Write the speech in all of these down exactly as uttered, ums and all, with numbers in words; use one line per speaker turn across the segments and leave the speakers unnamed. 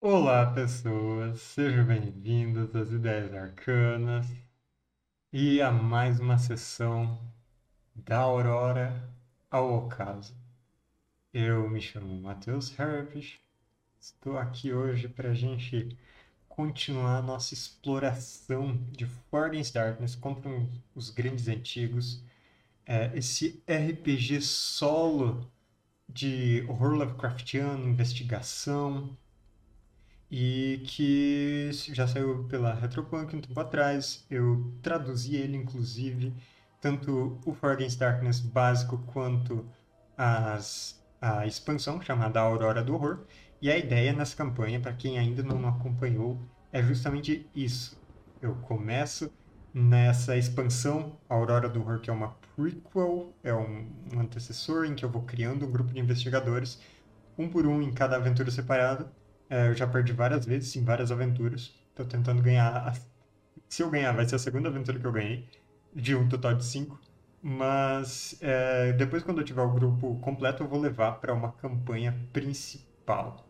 Olá, pessoas, sejam bem-vindos às Ideias Arcanas e a mais uma sessão da Aurora ao Ocaso. Eu me chamo Matheus Herpes, estou aqui hoje para a gente continuar nossa exploração de Forgotten Darkness contra um- os grandes antigos. É, esse R P G solo de horror Lovecraftiano, investigação, e que já saiu pela Retropunk um tempo atrás. Eu traduzi ele, inclusive, tanto o For Against Darkness básico quanto as, a expansão chamada Aurora do Horror. E a ideia nessa campanha, para quem ainda não acompanhou, é justamente isso. Eu começo nessa expansão Aurora do Horror, que é uma prequel, é um, um antecessor em que eu vou criando um grupo de investigadores um por um em cada aventura separada. É, eu já perdi várias vezes em várias aventuras. Tô tentando ganhar. a- Se eu ganhar, vai ser a segunda aventura que eu ganhei, de um total de cinco. Mas é, depois, quando eu tiver o grupo completo, eu vou levar para uma campanha principal.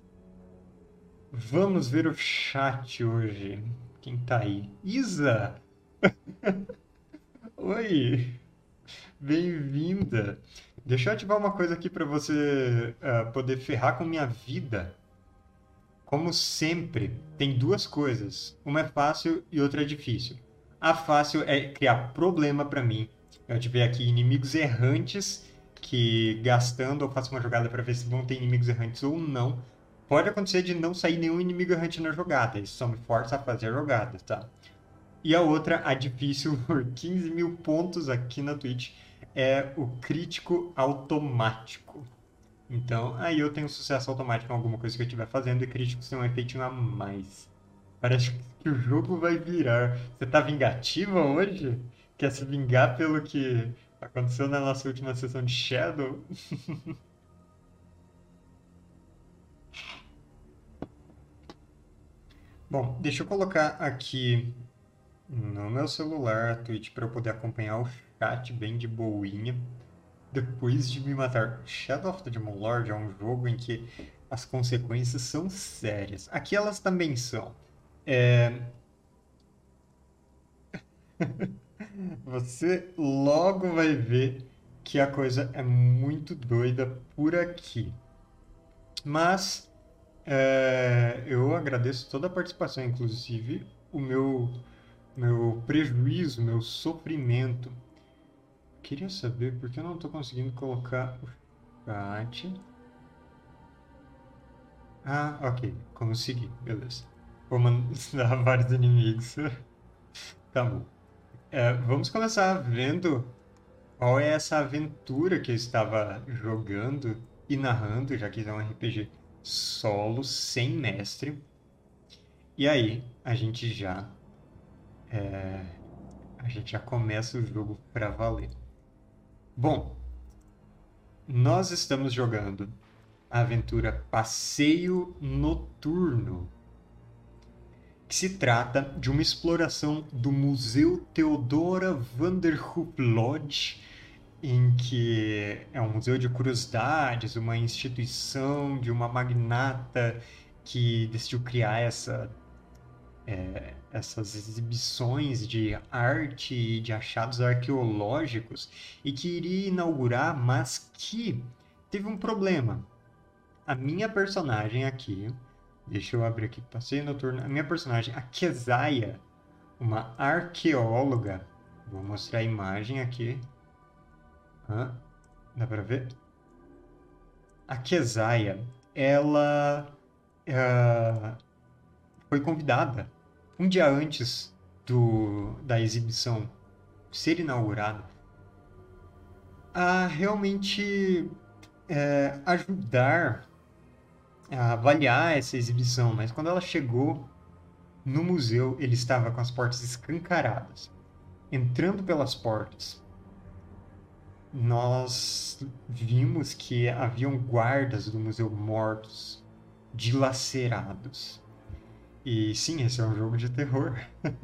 Vamos ver o chat hoje. Quem tá aí? Isa! Oi! Bem-vinda! Deixa eu ativar uma coisa aqui para você ah, poder ferrar com minha vida. Como sempre, tem duas coisas. Uma é fácil e outra é difícil. A fácil é criar problema para mim. Eu tive aqui inimigos errantes que, gastando, eu faço uma jogada para ver se vão ter inimigos errantes ou não. Pode acontecer de não sair nenhum inimigo errante na jogada. Isso só me força a fazer a jogada, tá? E a outra, a difícil, por quinze mil pontos aqui na Twitch, é o crítico automático. Então, aí eu tenho sucesso automático em alguma coisa que eu estiver fazendo e críticos têm um efeitinho a mais. Parece que o jogo vai virar. Você tá vingativa hoje? Quer se vingar pelo que aconteceu na nossa última sessão de Shadow? Bom, deixa eu colocar aqui no meu celular a Twitch para eu poder acompanhar o chat bem de boinha. Depois de me matar. Shadow of the Demon Lord é um jogo em que as consequências são sérias. Aqui elas também são. É, Você logo vai ver que a coisa é muito doida por aqui. Mas é, eu agradeço toda a participação, inclusive o meu, meu prejuízo, meu sofrimento. Queria saber por que eu não estou conseguindo colocar o chat. Ah, ok, consegui, beleza. Vou mandar vários inimigos. Tá bom. É, vamos começar vendo qual é essa aventura que eu estava jogando e narrando, já que é um R P G solo, sem mestre. E aí, a gente já a gente já começa o jogo para valer. Bom, nós estamos jogando a aventura Passeio Noturno, que se trata de uma exploração do Museu Theodora Vanderhoof Lodge, em que é um museu de curiosidades, uma instituição de uma magnata que decidiu criar essa, essas exibições de arte e de achados arqueológicos e que iria inaugurar, mas que teve um problema. A minha personagem aqui, deixa eu abrir aqui, passeio noturno, a minha personagem, a Kesaia, uma arqueóloga, vou mostrar a imagem aqui. Hã? Dá pra ver? A Kesaia, ela ah, foi convidada um dia antes do, da exibição ser inaugurada a realmente é, ajudar a avaliar essa exibição, mas quando ela chegou no museu, ele estava com as portas escancaradas. Entrando pelas portas, nós vimos que haviam guardas do museu mortos, dilacerados. E sim, esse é um jogo de terror.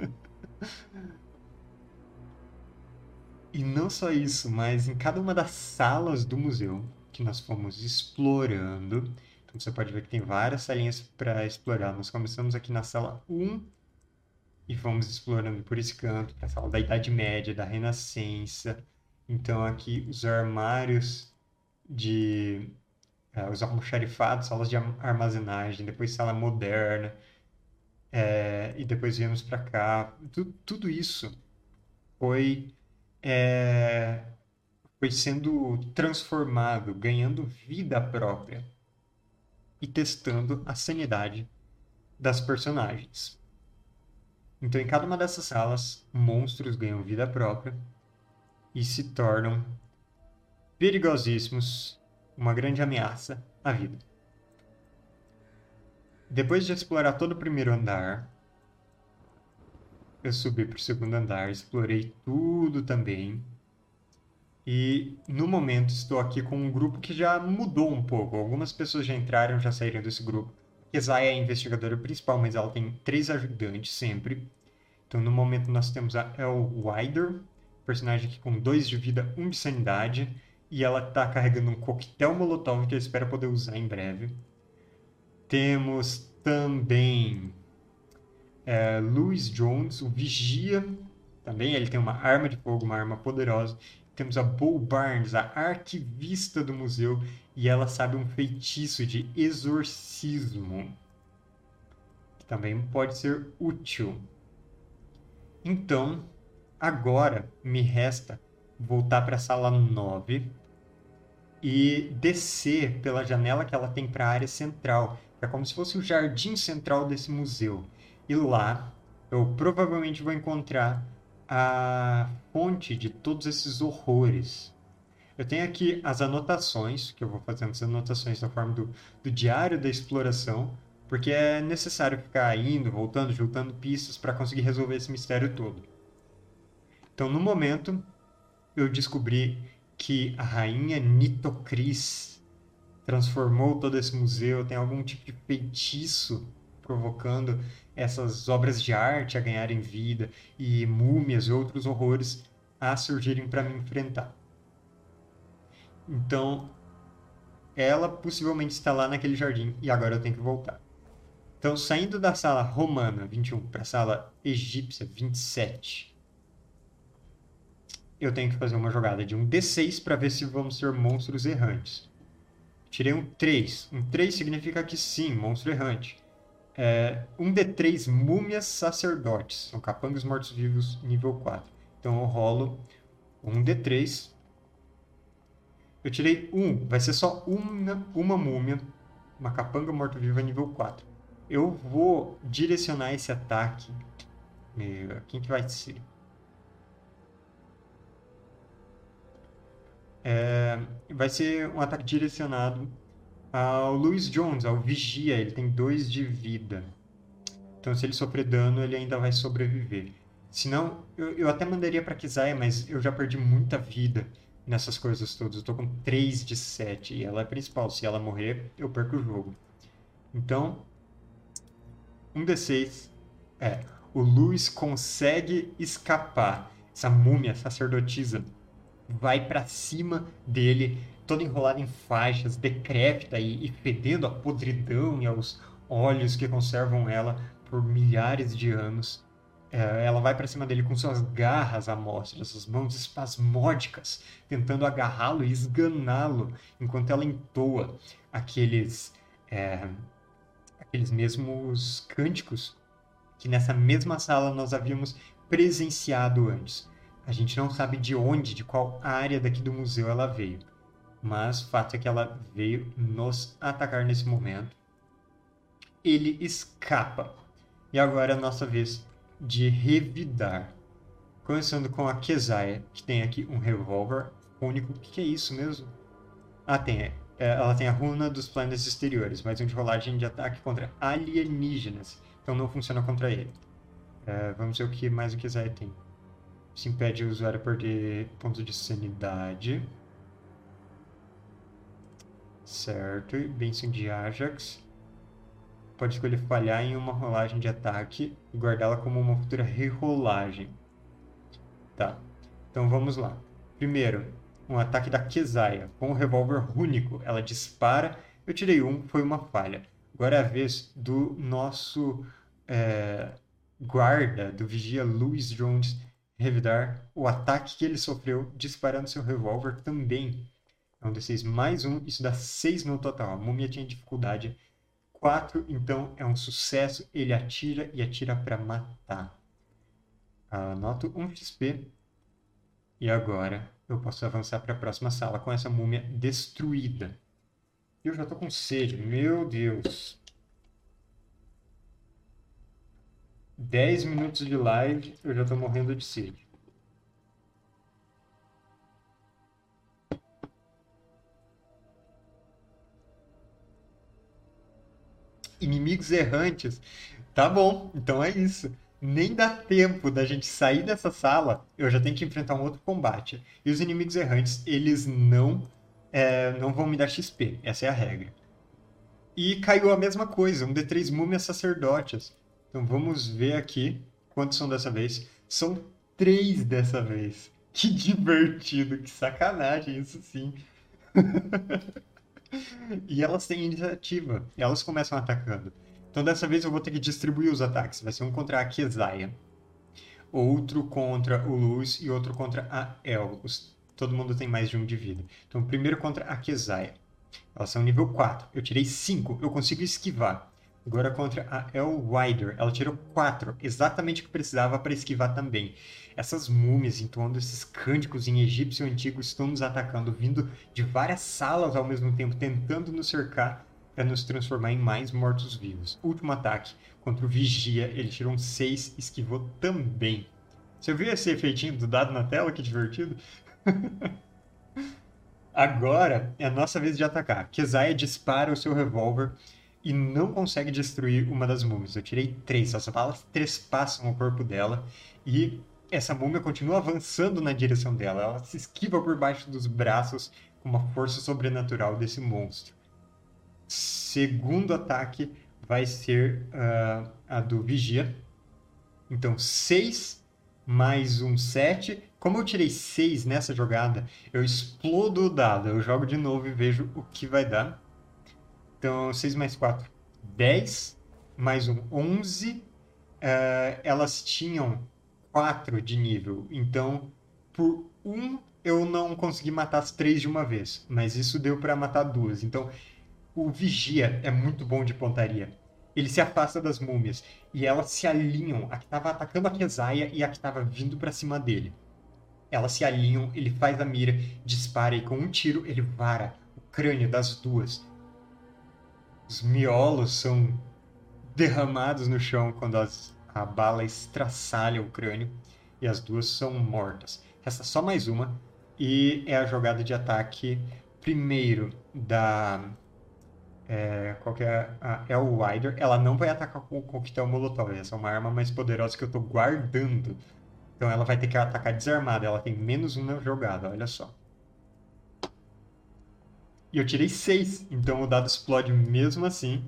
E não só isso, mas em cada uma das salas do museu que nós fomos explorando, Então você pode ver que tem várias salinhas para explorar. Nós começamos aqui na sala um e vamos explorando por esse canto, para a sala da Idade Média, da Renascença. Então aqui os armários de... Uh, os almoxarifados, salas de armazenagem, depois sala moderna, é, e depois viemos para cá. Tu, tudo isso foi, é, foi sendo transformado, ganhando vida própria e testando a sanidade das personagens. Então, em cada uma dessas salas, monstros ganham vida própria e se tornam perigosíssimos, uma grande ameaça à vida. Depois de explorar todo o primeiro andar, eu subi para o segundo andar, explorei tudo também. E no momento estou aqui com um grupo que já mudou um pouco. Algumas pessoas já entraram, já saíram desse grupo. Kezai é a investigadora principal, mas ela tem três ajudantes sempre. Então no momento nós temos a El Wider, personagem aqui com dois de vida, um de sanidade. E ela está carregando um coquetel molotov que eu espero poder usar em breve. Temos também é, Louis Jones, o Vigia. Também ele tem uma arma de fogo, uma arma poderosa. Temos a Bo Barnes, a arquivista do museu. E ela sabe um feitiço de exorcismo, que também pode ser útil. Então, agora me resta voltar para a sala nove e descer pela janela que ela tem para a área central. É como se fosse o jardim central desse museu. E lá eu provavelmente vou encontrar a fonte de todos esses horrores. Eu tenho aqui as anotações, que eu vou fazendo as anotações da forma do, do diário da exploração, porque é necessário ficar indo, voltando, juntando pistas para conseguir resolver esse mistério todo. Então, no momento, eu descobri que a rainha Nitocris transformou todo esse museu, tem algum tipo de feitiço provocando essas obras de arte a ganharem vida e múmias e outros horrores a surgirem para me enfrentar. Então, ela possivelmente está lá naquele jardim e agora eu tenho que voltar. Então, saindo da sala romana vinte e um para a sala egípcia vinte e sete, eu tenho que fazer uma jogada de um D seis para ver se vamos ser monstros errantes. Tirei um três. Um três significa que sim, monstro errante. É, um D três, múmias sacerdotes. São capangas mortos-vivos nível quatro. Então eu rolo um D três. Eu tirei um. Vai ser só uma, uma múmia. Uma capanga morto-viva nível quatro. Eu vou direcionar esse ataque. Quem que vai ser? É, vai ser um ataque direcionado ao Louis Jones, ao Vigia. Ele tem dois de vida. Então, se ele sofrer dano, ele ainda vai sobreviver. Senão, eu, eu até mandaria para Kizaya, mas eu já perdi muita vida nessas coisas todas. Eu tô com três de sete e ela é principal. Se ela morrer, eu perco o jogo. Então, um D seis. É, o Louis consegue escapar. Essa múmia sacerdotisa vai para cima dele, toda enrolada em faixas, decrépita e, e fedendo a podridão e aos óleos que conservam ela por milhares de anos. É, ela vai para cima dele com suas garras à mostra, suas mãos espasmódicas, tentando agarrá-lo e esganá-lo, enquanto ela entoa aqueles, é, aqueles mesmos cânticos que nessa mesma sala nós havíamos presenciado antes. A gente não sabe de onde, de qual área daqui do museu ela veio. Mas o fato é que ela veio nos atacar nesse momento. Ele escapa. E agora é a nossa vez de revidar. Começando com a Kezaya, que tem aqui um revólver único. O que é isso mesmo? Ah, tem. É, ela tem a runa dos planetas exteriores, mas um de rolagem de ataque contra alienígenas. Então não funciona contra ele. É, vamos ver o que mais o Kezaya tem. Isso impede o usuário a perder pontos de sanidade. Certo. Bênção de Ajax. Pode escolher falhar em uma rolagem de ataque e guardá-la como uma futura rerolagem. Tá. Então vamos lá. Primeiro, um ataque da Kezaya. Com o revólver rúnico, ela dispara Eu tirei um, foi uma falha. Agora é a vez do nosso é, guarda, do vigia Louis Jones, revidar o ataque que ele sofreu disparando seu revólver também. É um D seis mais um, isso dá seis no total. A múmia tinha dificuldade quatro, então é um sucesso. Ele atira e atira para matar. Anoto um X P. E agora eu posso avançar para a próxima sala com essa múmia destruída. Eu já tô com sede, meu Deus. dez minutos de live, eu já tô morrendo de sede. Inimigos errantes. Tá bom, então é isso. Nem dá tempo da gente sair dessa sala, eu já tenho que enfrentar um outro combate. E os inimigos errantes, eles não, é, não vão me dar X P. Essa é a regra. E caiu a mesma coisa, um D três múmias sacerdotes. Então vamos ver aqui quantos são dessa vez. São três dessa vez. Que divertido, que sacanagem, isso sim. E elas têm iniciativa. Elas começam atacando. Então dessa vez eu vou ter que distribuir os ataques. Vai ser um contra a Keziah, outro contra o Luz e outro contra a El. Os, todo mundo tem mais de um de vida. Então primeiro contra a Keziah. Elas são nível quatro. Eu tirei cinco. Eu consigo esquivar. Agora contra a El Wider. Ela tirou quatro. Exatamente o que precisava para esquivar também. Essas múmias entoando esses cânticos em egípcio antigo estão nos atacando, vindo de várias salas ao mesmo tempo, tentando nos cercar para nos transformar em mais mortos-vivos. Último ataque contra o Vigia. Ele tirou um seis, esquivou também. Você viu esse efeitinho do dado na tela? Que divertido. Agora é a nossa vez de atacar. Keziah dispara o seu revólver e não consegue destruir uma das múmias. Eu tirei três. As balas trespassam o corpo dela e essa múmia continua avançando na direção dela. Ela se esquiva por baixo dos braços com uma força sobrenatural desse monstro. Segundo ataque vai ser uh, a do Vigia. Então, seis mais um sete. Como eu tirei seis nessa jogada, eu explodo o dado. Eu jogo de novo e vejo o que vai dar. Então, seis mais quatro, dez. Mais um, onze. Uh, elas tinham quatro de nível. Então, por um, eu não consegui matar as três de uma vez. Mas isso deu para matar duas. Então, o Vigia é muito bom de pontaria. Ele se afasta das múmias e elas se alinham. A que estava atacando a Keziah e a que estava vindo para cima dele. Elas se alinham, ele faz a mira, dispara e com um tiro ele vara o crânio das duas. Os miolos são derramados no chão quando as, a bala estraçalha o crânio e as duas são mortas. Resta só mais uma e é a jogada de ataque primeiro da... É, qual que é a El Wider? Ela não vai atacar com o coquetel Molotov. Essa é uma arma mais poderosa que eu tô guardando. Então ela vai ter que atacar desarmada. Ela tem menos um na jogada, olha só. E eu tirei seis, então o dado explode mesmo assim.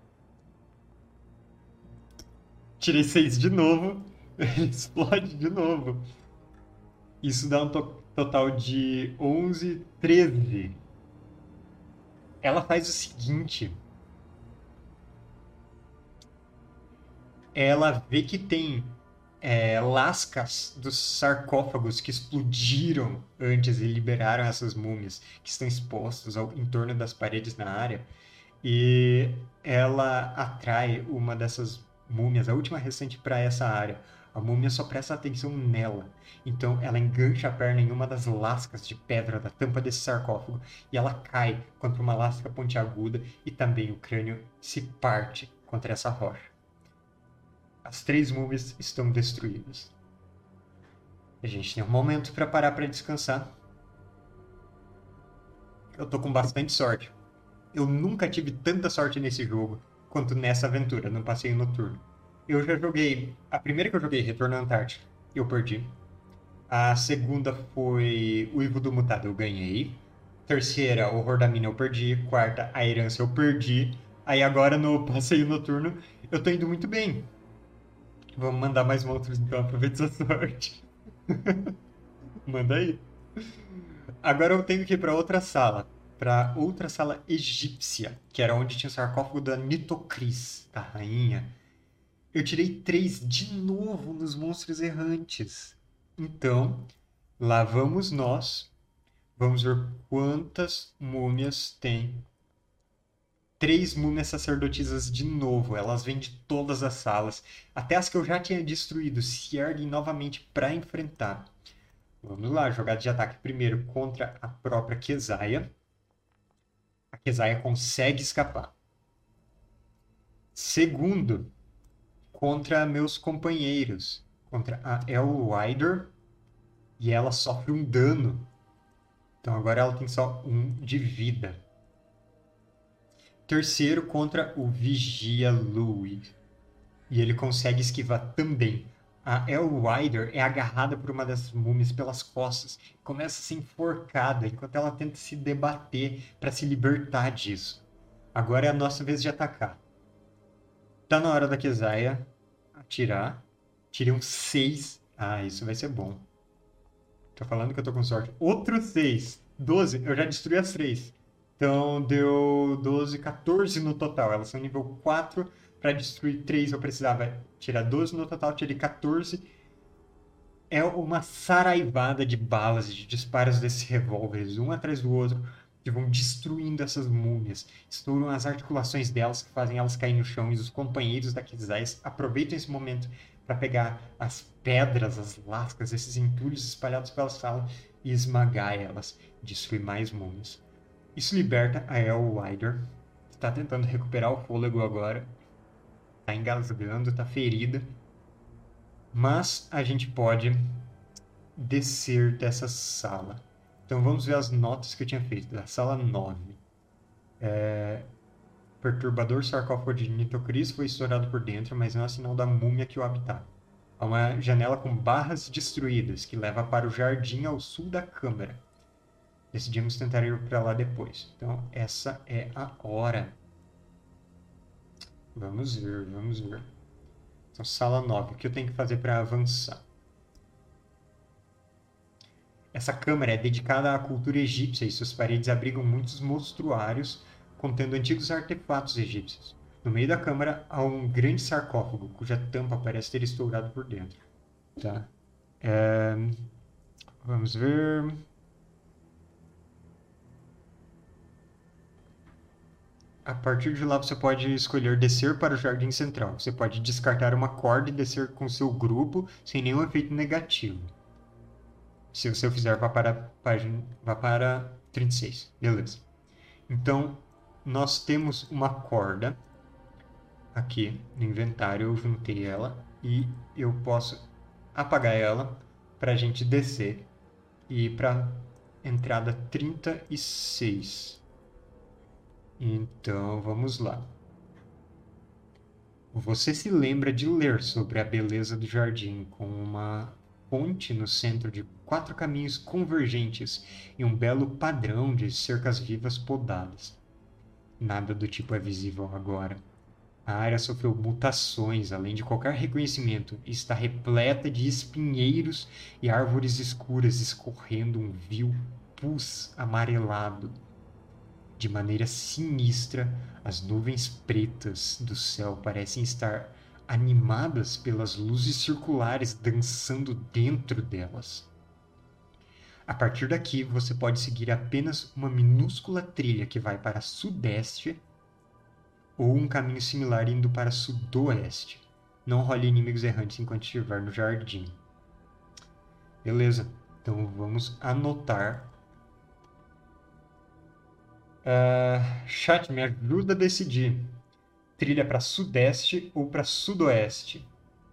Tirei seis de novo, ele explode de novo. Isso dá um to total de onze, treze. Ela faz o seguinte. Ela vê que tem é, lascas dos sarcófagos que explodiram antes e liberaram essas múmias que estão expostas ao, em torno das paredes na área. E ela atrai uma dessas múmias, a última restante, para essa área. A múmia só presta atenção nela. Então ela engancha a perna em uma das lascas de pedra da tampa desse sarcófago e ela cai contra uma lasca pontiaguda e também o crânio se parte contra essa rocha. As três múmias estão destruídas. A gente tem um momento para parar para descansar. Eu tô com bastante sorte. Eu nunca tive tanta sorte nesse jogo quanto nessa aventura, no passeio noturno. Eu já joguei... A primeira que eu joguei, Retorno à Antártica, eu perdi. A segunda foi Uivo do Mutado, eu ganhei. Terceira, Horror da Mina, eu perdi. Quarta, A Herança, eu perdi. Aí agora, no passeio noturno, eu tô indo muito bem. Vamos mandar mais monstros, então. Aproveite sua sorte. Manda aí. Agora eu tenho que ir pra outra sala. para outra sala egípcia, que era onde tinha o sarcófago da Nitocris, da rainha. Eu tirei três de novo nos monstros errantes. Então, lá vamos nós. Vamos ver quantas múmias tem. Três múmias sacerdotisas de novo. Elas vêm de todas as salas. Até as que eu já tinha destruído se erguem novamente para enfrentar. Vamos lá, jogada de ataque primeiro contra a própria Kesaia. A Kesaia consegue escapar. Segundo, contra meus companheiros. Contra a Elwider. E ela sofre um dano. Então agora ela tem só um de vida. Terceiro contra o Vigia Louis. E ele consegue esquivar também. A Elwider é agarrada por uma das múmias pelas costas. Começa a ser enforcada enquanto ela tenta se debater para se libertar disso. Agora é a nossa vez de atacar. Tá na hora da Kesaia atirar. Tirei um seis. Ah, isso vai ser bom. Tô falando que eu tô com sorte. Outro seis. doze. Eu já destruí as três. Então deu doze, quatorze no total. Elas são nível quatro. Para destruir três eu precisava tirar doze no total. Tirei quatorze. É uma saraivada de balas, de disparos desses revólveres, um atrás do outro, que vão destruindo essas múmias. Estouram as articulações delas, que fazem elas cair no chão. E os companheiros da Kizais aproveitam esse momento para pegar as pedras, as lascas, esses entulhos espalhados pela sala e esmagar elas, destruir mais múmias. Isso liberta a Elwider, que está tentando recuperar o fôlego agora, está engasgando, está ferida, mas a gente pode descer dessa sala. Então vamos ver as notas que eu tinha feito, da sala nove. É... Perturbador sarcófago de Nitocris foi estourado por dentro, mas não é sinal da múmia que o habitava. Há uma janela com barras destruídas que leva para o jardim ao sul da câmara. Decidimos tentar ir para lá depois. Então, essa é a hora. Vamos ver, vamos ver. Então, sala nove. O que eu tenho que fazer para avançar? Essa câmara é dedicada à cultura egípcia e suas paredes abrigam muitos mostruários contendo antigos artefatos egípcios. No meio da câmara há um grande sarcófago, cuja tampa parece ter estourado por dentro. Tá. É... Vamos ver. A partir de lá você pode escolher descer para o jardim central. Você pode descartar uma corda e descer com seu grupo sem nenhum efeito negativo. Se você fizer, vá para a página, vá para trinta e seis. Beleza. Então, nós temos uma corda aqui no inventário. Eu juntei ela e eu posso apagar ela para a gente descer e ir para entrada trinta e seis. Então, vamos lá. Você se lembra de ler sobre a beleza do jardim com uma ponte no centro de quatro caminhos convergentes e um belo padrão de cercas vivas podadas. Nada do tipo é visível agora. A área sofreu mutações além de qualquer reconhecimento e está repleta de espinheiros e árvores escuras escorrendo um vil pus amarelado. De maneira sinistra, as nuvens pretas do céu parecem estar animadas pelas luzes circulares dançando dentro delas. A partir daqui, você pode seguir apenas uma minúscula trilha que vai para sudeste ou um caminho similar indo para sudoeste. Não role inimigos errantes enquanto estiver no jardim. Beleza, então vamos anotar. Uh, chat, me ajuda a decidir. Trilha para sudeste ou para sudoeste?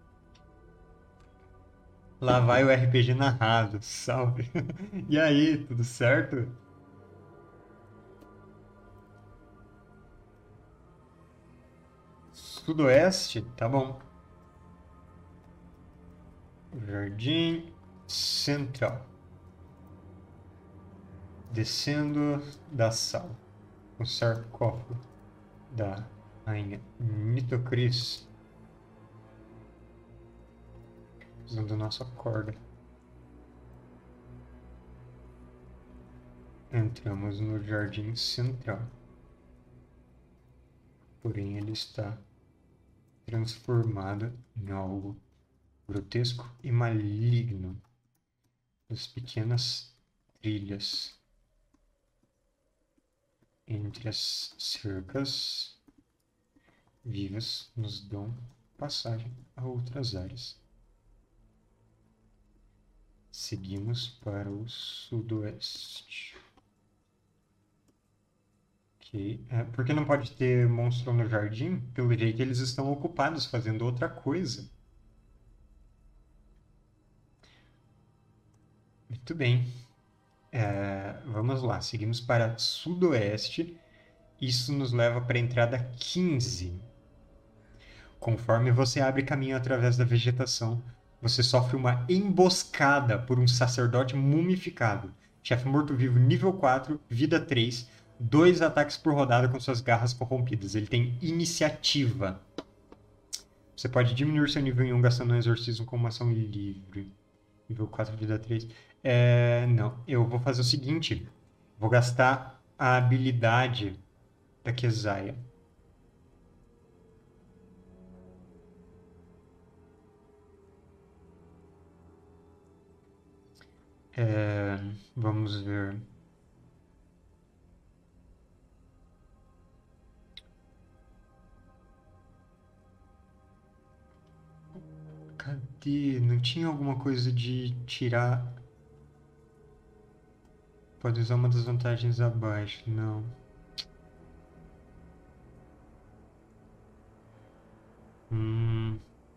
Lá vai o R P G narrado, salve. E aí, tudo certo? Sudoeste, tá bom. Jardim Central. Descendo da sala. O sarcófago da rainha Nitocris. Usando nossa corda. Entramos no jardim central. Porém, ele está transformado em algo grotesco e maligno. As pequenas trilhas entre as cercas vivas nos dão passagem a outras áreas. Seguimos para o sudoeste. Ok. É, por que não pode ter monstro no jardim? Pelo jeito eles estão ocupados fazendo outra coisa. Muito bem. É, vamos lá. Seguimos para sudoeste. Isso nos leva para a entrada quinze. Conforme você abre caminho através da vegetação, você sofre uma emboscada por um sacerdote mumificado. Chefe morto-vivo nível quatro, vida três, dois ataques por rodada com suas garras corrompidas. Ele tem iniciativa. Você pode diminuir seu nível em um gastando um exorcismo com uma ação livre. Nível quatro, vida três. É, não, eu vou fazer o seguinte. Vou gastar a habilidade da Keziah. É, vamos ver. Cadê? Não tinha alguma coisa de tirar... Pode usar uma das vantagens abaixo. Não. Hum...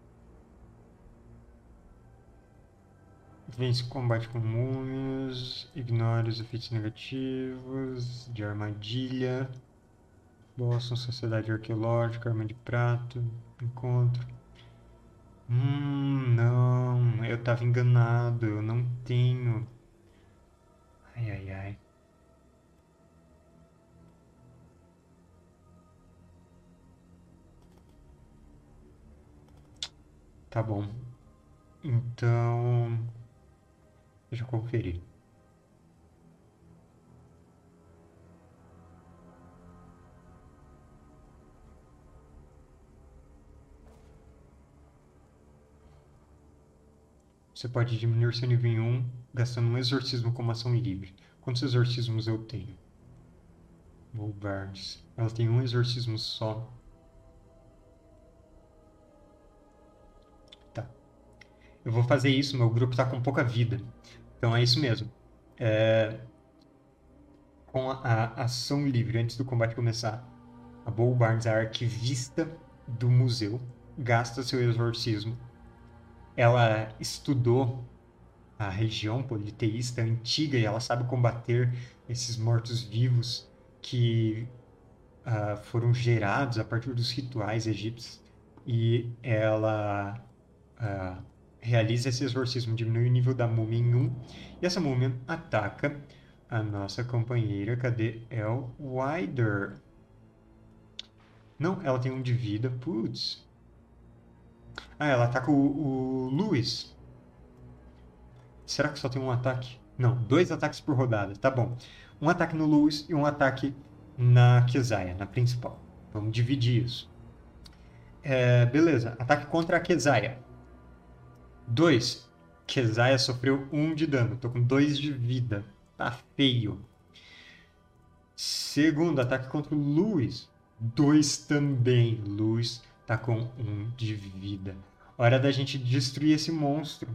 Vence o combate com múmias. Ignore os efeitos negativos de armadilha. Boston, Sociedade Arqueológica, Arma de Prato. Encontro. Hum, não. Eu tava enganado. Eu não tenho. Ai, ai, ai. Tá bom. Então... Deixa eu conferir. Você pode diminuir seu nível em um, gastando um exorcismo como ação livre. Quantos exorcismos eu tenho? Bull Barnes. Ela tem um exorcismo só. Tá. Eu vou fazer isso, meu grupo tá com pouca vida. Então é isso mesmo. É... Com a, a ação livre, antes do combate começar, a Bull Barnes, a arquivista do museu, gasta seu exorcismo. Ela estudou a religião politeísta antiga e ela sabe combater esses mortos-vivos que uh, foram gerados a partir dos rituais egípcios. E ela uh, realiza esse exorcismo, diminui o nível da múmia em um. E essa múmia ataca a nossa companheira. Cadê? El Wider. Não, ela tem um de vida. Putz. Ah, ela ataca o, o Lewis. Será que só tem um ataque? Não, dois ataques por rodada. Tá bom. Um ataque no Lewis e um ataque na Keziah, na principal. Vamos dividir isso. É, beleza. Ataque contra a Keziah. Dois. Keziah sofreu um de dano. Tô com dois de vida. Tá feio. Segundo, ataque contra o Lewis. Dois também. Lewis tá com um de vida. Hora da gente destruir esse monstro.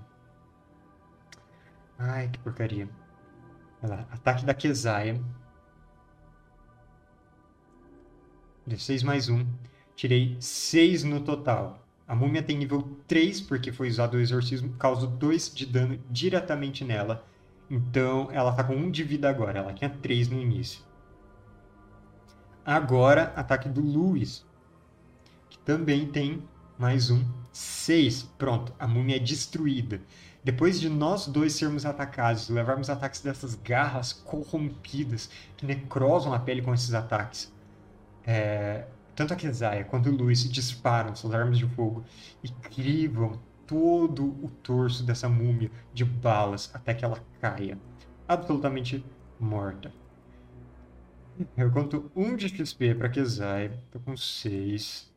Ai, que porcaria. Olha lá. Ataque da Keziah. D seis mais um. Tirei seis no total. A múmia tem nível três, porque foi usado o exorcismo. Causa dois de dano diretamente nela. Então, ela tá com um de vida agora. Ela tinha três no início. Agora, ataque do Lewis. Que também tem mais um. seis. Pronto. A múmia é destruída. Depois de nós dois sermos atacados, levarmos ataques dessas garras corrompidas que necrosam a pele com esses ataques, é, tanto a Keziah quanto o Lewis disparam suas armas de fogo e crivam todo o torso dessa múmia de balas até que ela caia, absolutamente morta. Eu conto um de X P pra Kezai. Tô com seis.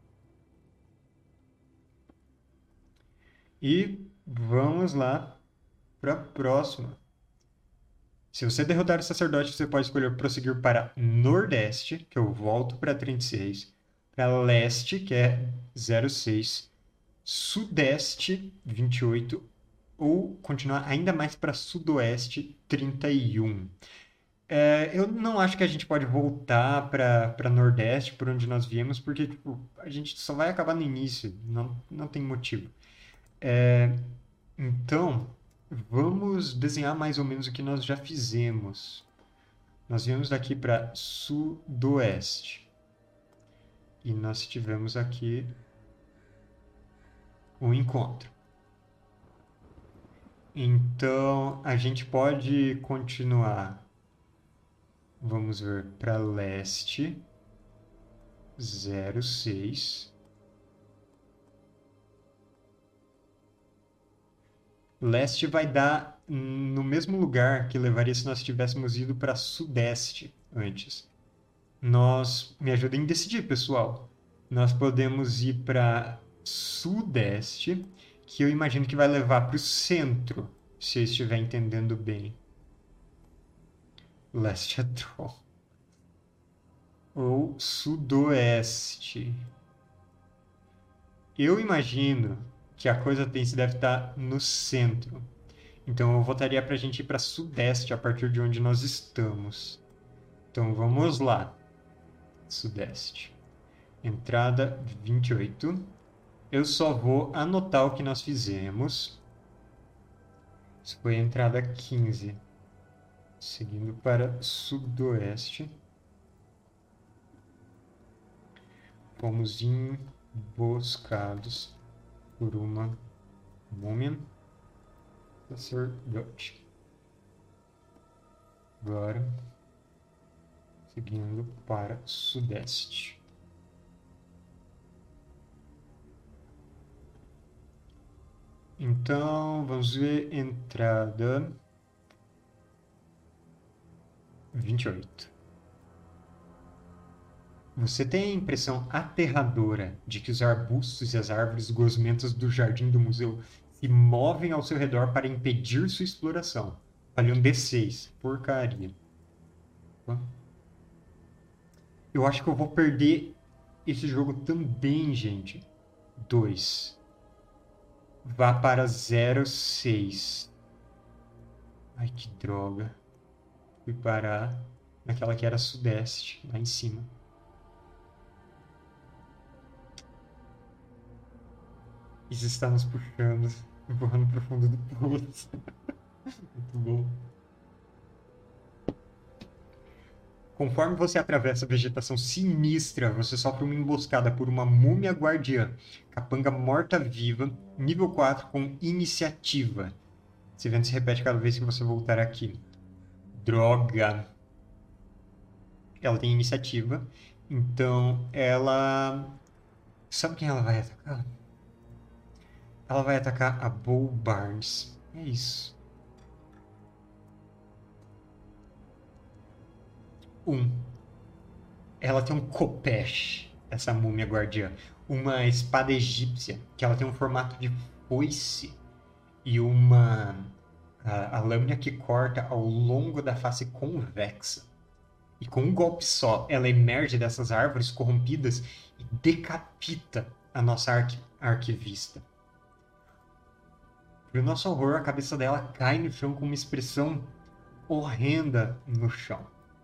E vamos lá pra próxima. Se você derrotar o sacerdote, você pode escolher prosseguir para Nordeste, que eu volto para trinta e seis. Para Leste, que é zero seis. Sudeste, vinte e oito. Ou continuar ainda mais para Sudoeste, trinta e um. É, eu não acho que a gente pode voltar para para Nordeste, por onde nós viemos, porque tipo, a gente só vai acabar no início, não, não tem motivo. É, então, vamos desenhar mais ou menos o que nós já fizemos. Nós viemos daqui para Sudoeste. E nós tivemos aqui um encontro. Então, a gente pode continuar. Vamos ver para Leste. zero seis. Leste vai dar no mesmo lugar que levaria se nós tivéssemos ido para Sudeste antes. Nós me ajudem a decidir, pessoal. Nós podemos ir para Sudeste, que eu imagino que vai levar para o centro, se eu estiver entendendo bem. Leste é Troll. Ou Sudoeste. Eu imagino que a coisa tem se deve estar no centro. Então eu votaria para a gente ir para Sudeste a partir de onde nós estamos. Então vamos lá. Sudeste. Entrada vinte e oito. Eu só vou anotar o que nós fizemos. Isso foi a entrada quinze. Seguindo para Sudoeste. Fomos emboscados por uma múmia sacerdote. Agora, seguindo para Sudeste. Então, vamos ver entrada vinte e oito. Você tem a impressão aterradora de que os arbustos e as árvores gosmentas do jardim do museu se movem ao seu redor para impedir sua exploração. Falei um D seis. Porcaria. Eu acho que eu vou perder esse jogo também, gente. dois. Vá para zero seis. Ai, que droga. Fui parar naquela que era Sudeste, lá em cima. Isso está nos puxando, empurrando para o fundo do poço. Muito bom. Conforme você atravessa a vegetação sinistra, você sofre uma emboscada por uma múmia guardiã. Capanga morta-viva, nível quatro com iniciativa. Esse evento se repete cada vez que você voltar aqui. Droga! Ela tem iniciativa, então ela... Sabe quem ela vai atacar? Ela vai atacar a Bo Barnes. É isso. Um. Ela tem um khopesh, essa múmia guardiã. Uma espada egípcia, que ela tem um formato de foice. E uma... A, a lâmina que corta ao longo da face convexa. E com um golpe só, ela emerge dessas árvores corrompidas e decapita a nossa arqui arquivista. Para o nosso horror, a cabeça dela cai no chão com uma expressão horrenda no chão.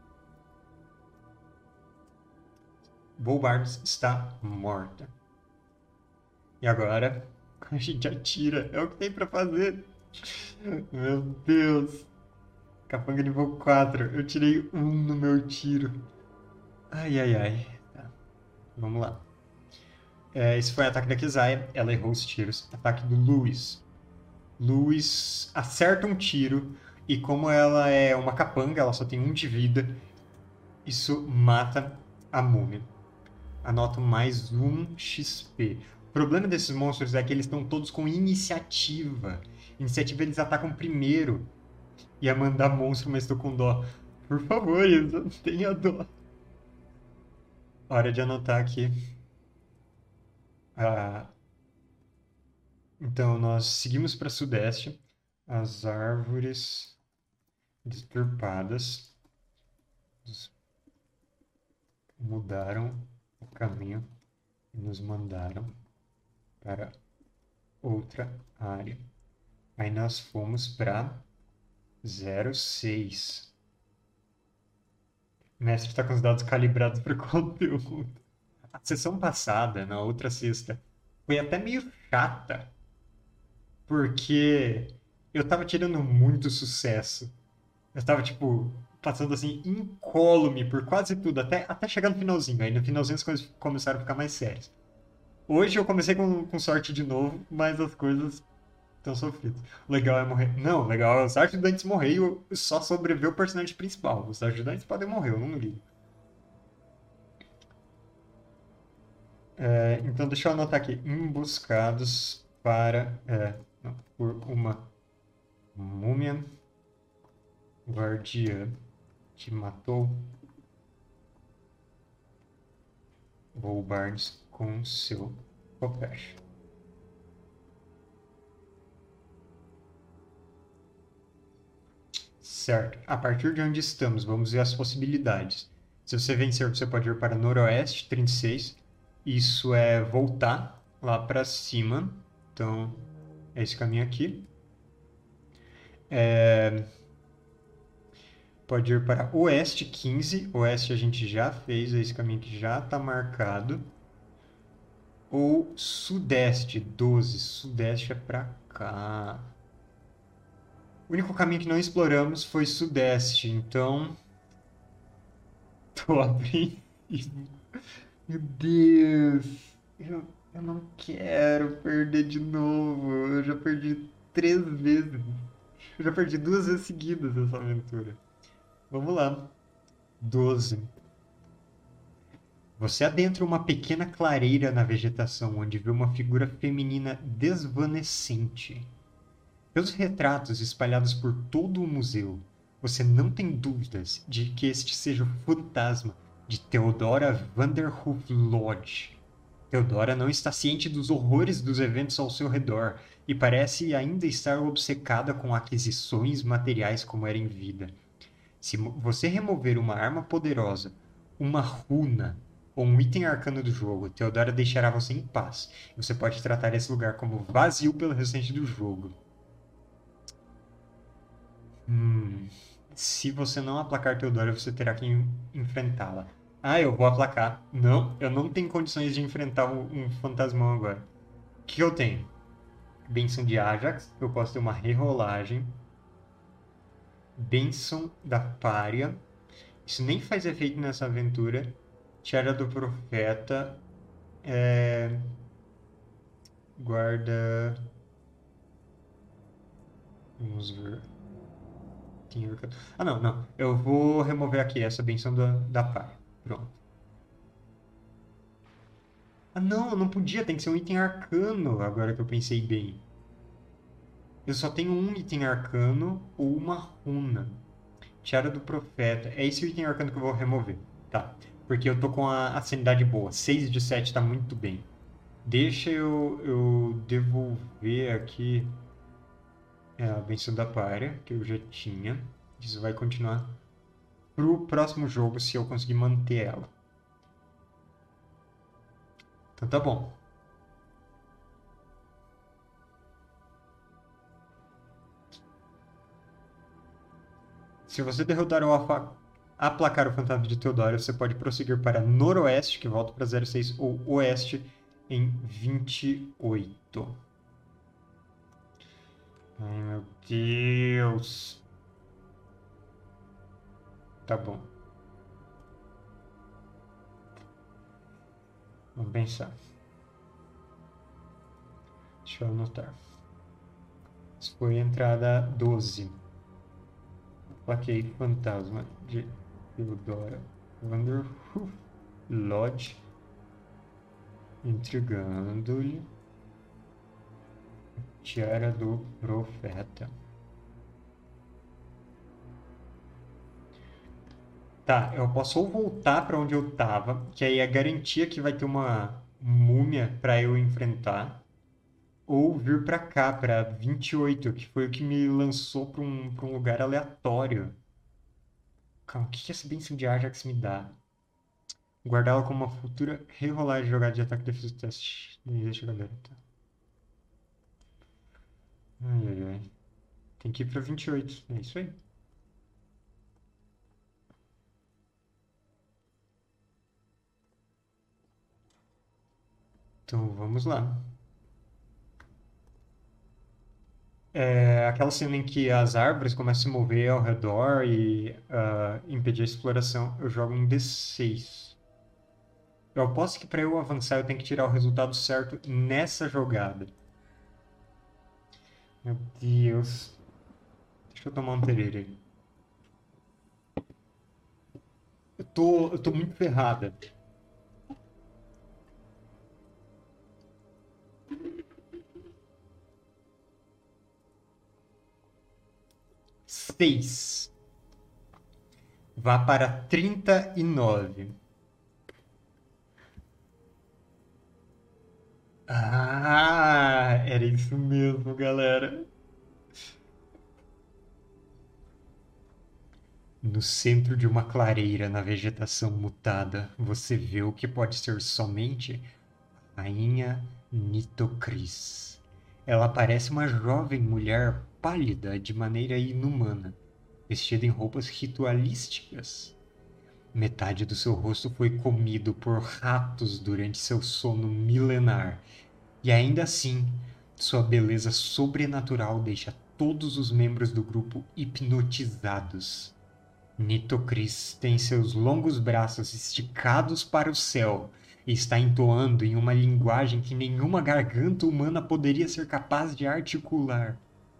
Bo Barnes está morta. E agora, a gente atira. É o que tem para fazer. Meu Deus. Capanga nível quatro. Eu tirei um no meu tiro. Ai, ai, ai. Tá. Vamos lá. É, esse foi o ataque da Kezai. Ela errou os tiros. Ataque do Lewis. Lewis acerta um tiro. E como ela é uma capanga, ela só tem um de vida. Isso mata a múmia. Anoto mais um X P. O problema desses monstros é que eles estão todos com iniciativa. Iniciativa eles atacam primeiro. Ia mandar monstro, mas tô com dó. Por favor, Isa, tenha dó. Hora de anotar aqui. Ah, então, nós seguimos para sudeste. As árvores deturpadas mudaram o caminho e nos mandaram para outra área. Aí nós fomos para zero seis. O mestre está com os dados calibrados para o conteúdo. A sessão passada, na outra sexta, foi até meio chata, porque eu tava tirando muito sucesso. Eu tava, tipo, passando assim, incólume por quase tudo, até, até chegar no finalzinho. Aí no finalzinho as coisas começaram a ficar mais sérias. Hoje eu comecei com, com sorte de novo, mas as coisas estão sofridas. O legal é morrer. Não, o legal é os ajudantes morrer e só sobreviver o personagem principal. Os ajudantes podem morrer, eu não ligo. É, então deixa eu anotar aqui. Emboscados para. É, não, por uma múmia guardiã que matou Volbarnes com seu Kopesh. Certo. A partir de onde estamos, vamos ver as possibilidades. Se você vencer, você pode ir para noroeste, trinta e seis. Isso é voltar lá para cima. Então, é esse caminho aqui. É... Pode ir para oeste, quinze. Oeste a gente já fez, é esse caminho que já está marcado. Ou sudeste, doze. Sudeste é para cá. O único caminho que não exploramos foi sudeste, então tô abrindo. Meu Deus, eu, eu não quero perder de novo. Eu já perdi três vezes. Eu já perdi duas vezes seguidas essa aventura. Vamos lá. Doze. Você adentra uma pequena clareira na vegetação, onde vê uma figura feminina desvanecente. Pelos retratos espalhados por todo o museu, você não tem dúvidas de que este seja o fantasma de Theodora Vanderhoof Lodge. Theodora não está ciente dos horrores dos eventos ao seu redor e parece ainda estar obcecada com aquisições materiais como era em vida. Se você remover uma arma poderosa, uma runa ou um item arcano do jogo, Theodora deixará você em paz. E você pode tratar esse lugar como vazio pelo restante do jogo. Hum, se você não aplacar Teodora, você terá que en- enfrentá-la. Ah, eu vou aplacar. Não, eu não tenho condições de enfrentar um, um fantasmão agora. O que eu tenho? Benção de Ajax, eu posso ter uma rerolagem. Benção da Pária. Isso nem faz efeito nessa aventura. Tiara do Profeta. É... Guarda. Vamos ver. Tem arca- Ah, não, não. Eu vou remover aqui essa benção da, da Pária. Pronto. Ah, não, não podia, tem que ser um item arcano, agora que eu pensei bem. Eu só tenho um item arcano ou uma runa. Tiara do Profeta. É esse o item arcano que eu vou remover. Tá. Porque eu tô com a, a sanidade boa. seis de sete tá muito bem. Deixa eu, eu devolver aqui é, a benção da Pária, que eu já tinha. Isso vai continuar pro próximo jogo se eu conseguir manter ela. Então tá bom. Se você derrotar ou afa- aplacar o fantasma de Teodoro, você pode prosseguir para noroeste, que volta para zero seis, ou oeste em vinte e oito. Ai, meu Deus. Tá bom. Vamos pensar. Deixa eu anotar. Isso foi a entrada doze. Plaquei fantasma de Teodora Vanderhoof Lodge, entregando-lhe tiara do profeta. Tá, eu posso ou voltar pra onde eu tava, que aí é garantia que vai ter uma múmia pra eu enfrentar, ou vir pra cá, pra vinte e oito, que foi o que me lançou pra um, pra um lugar aleatório. Calma, o que que essa bênção de Ajax me dá? Guardá-la como uma futura rerolagem de jogada de ataque e defesa do teste. Deixa eu ver. Tá. Ai, ai, ai. Tem que ir pra vinte e oito. É isso aí. Então vamos lá. É aquela cena em que as árvores começam a se mover ao redor e ah, impedir a exploração. Eu jogo um D seis. Eu aposto que para eu avançar eu tenho que tirar o resultado certo nessa jogada. Meu Deus. Deixa eu tomar um tererê. Eu tô, eu tô muito ferrada. Seis. Vá para trinta e nove. Ah, era isso mesmo, galera. No centro de uma clareira na vegetação mutada, você vê o que pode ser somente Rainha Nitocris. Ela parece uma jovem mulher pálida de maneira inumana, vestida em roupas ritualísticas. Metade do seu rosto foi comido por ratos durante seu sono milenar, e ainda assim, sua beleza sobrenatural deixa todos os membros do grupo hipnotizados. Nitocris tem seus longos braços esticados para o céu e está entoando em uma linguagem que nenhuma garganta humana poderia ser capaz de articular.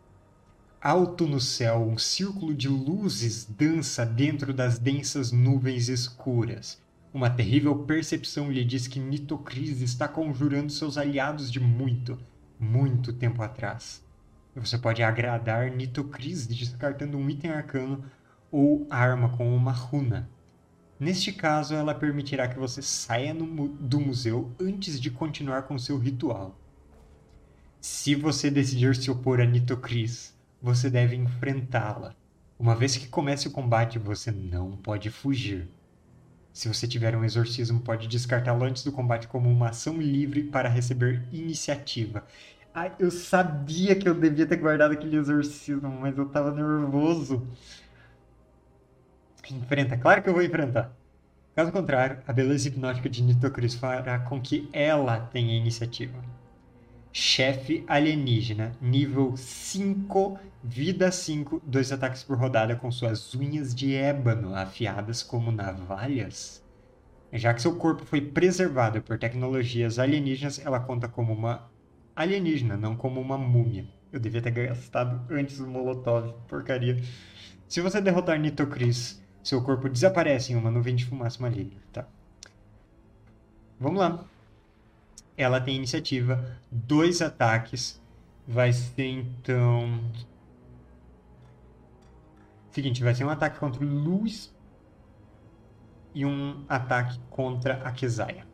Alto no céu, um círculo de luzes dança dentro das densas nuvens escuras. Uma terrível percepção lhe diz que Nitocris está conjurando seus aliados de muito, muito tempo atrás. Você pode agradar Nitocris descartando um item arcano ou arma com uma runa. Neste caso, ela permitirá que você saia no, do museu antes de continuar com seu ritual. Se você decidir se opor a Nitocris, você deve enfrentá-la. Uma vez que comece o combate, você não pode fugir. Se você tiver um exorcismo, pode descartá-lo antes do combate como uma ação livre para receber iniciativa. Ai, eu sabia que eu devia ter guardado aquele exorcismo, mas eu tava nervoso. Enfrenta, claro que eu vou enfrentar. Caso contrário, a beleza hipnótica de Nitocris fará com que ela tenha iniciativa. Chefe alienígena, nível cinco, vida cinco, dois ataques por rodada com suas unhas de ébano afiadas como navalhas. Já que seu corpo foi preservado por tecnologias alienígenas, ela conta como uma alienígena, não como uma múmia. Eu devia ter gastado antes o Molotov, porcaria. Se você derrotar Nitocris, seu corpo desaparece em uma nuvem de fumaça maligna. Tá. Vamos lá. Ela tem iniciativa, dois ataques. Vai ser então. Seguinte, vai ser um ataque contra o Luz e um ataque contra a Keziah.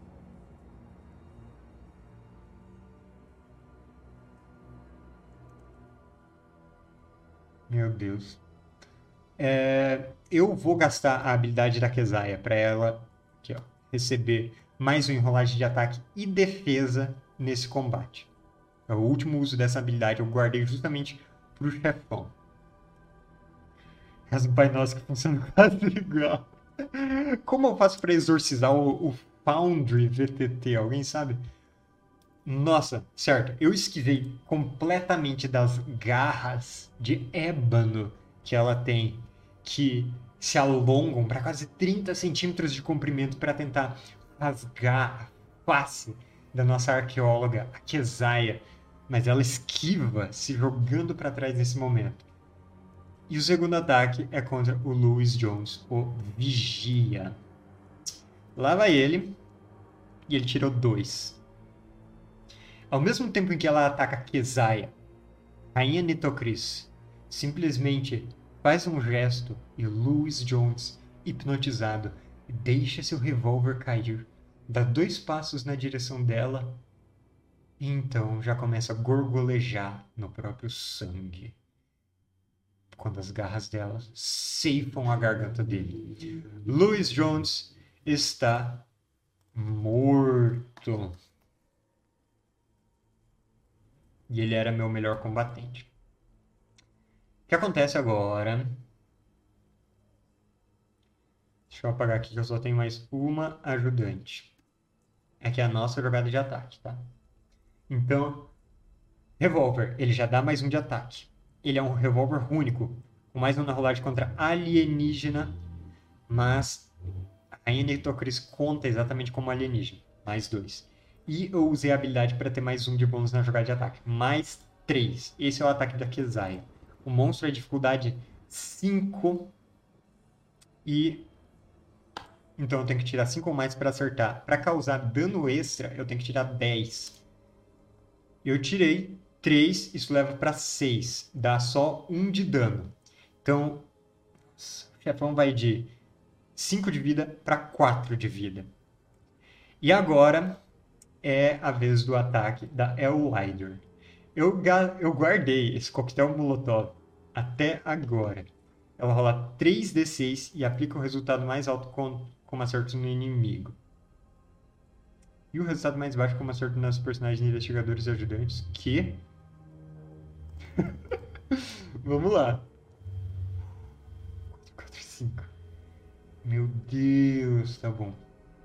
Meu Deus. É, eu vou gastar a habilidade da Keziah para ela aqui, ó, receber mais um enrolagem de ataque e defesa nesse combate. É o último uso dessa habilidade eu guardei justamente pro chefão. Mas o Pai Nosso que funciona quase igual. Como eu faço para exorcizar o, o Foundry V T T? Alguém sabe? Nossa, certo. Eu esquivei completamente das garras de ébano que ela tem, que se alongam para quase trinta centímetros de comprimento para tentar rasgar a face da nossa arqueóloga, a Keziah. Mas ela esquiva, se jogando para trás nesse momento. E o segundo ataque é contra o Lewis Jones, o Vigia. Lá vai ele, e ele tirou dois. Ao mesmo tempo em que ela ataca Keziah, Rainha Nitocris simplesmente faz um gesto e Lewis Jones hipnotizado, deixa seu revólver cair, dá dois passos na direção dela e então já começa a gorgolejar no próprio sangue. Quando as garras dela ceifam a garganta dele. Louis Jones está morto. E ele era meu melhor combatente. O que acontece agora? Deixa eu apagar aqui que eu só tenho mais uma ajudante. É que é a nossa jogada de ataque, tá? Então, revólver, ele já dá mais um de ataque. Ele é um revólver único, com mais um na rolagem contra alienígena, mas a Rainha Nitocris conta exatamente como alienígena, mais dois. E eu usei a habilidade para ter mais um de bônus na jogada de ataque, mais três. Esse é o ataque da Kezaya. O monstro é dificuldade cinco e... Então eu tenho que tirar cinco ou mais para acertar. Para causar dano extra, eu tenho que tirar dez. Eu tirei três, isso leva para seis. Dá só um de dano. Então, o chefão vai de cinco de vida para quatro de vida. E agora é a vez do ataque da Elwider. Eu, eu guardei esse coquetel Molotov até agora. Ela rola três d seis e aplica o resultado mais alto com, como acerto no inimigo. E o resultado mais baixo como acerto nos personagens investigadores e ajudantes, que... Vamos lá. quatro, cinco. Meu Deus, tá bom.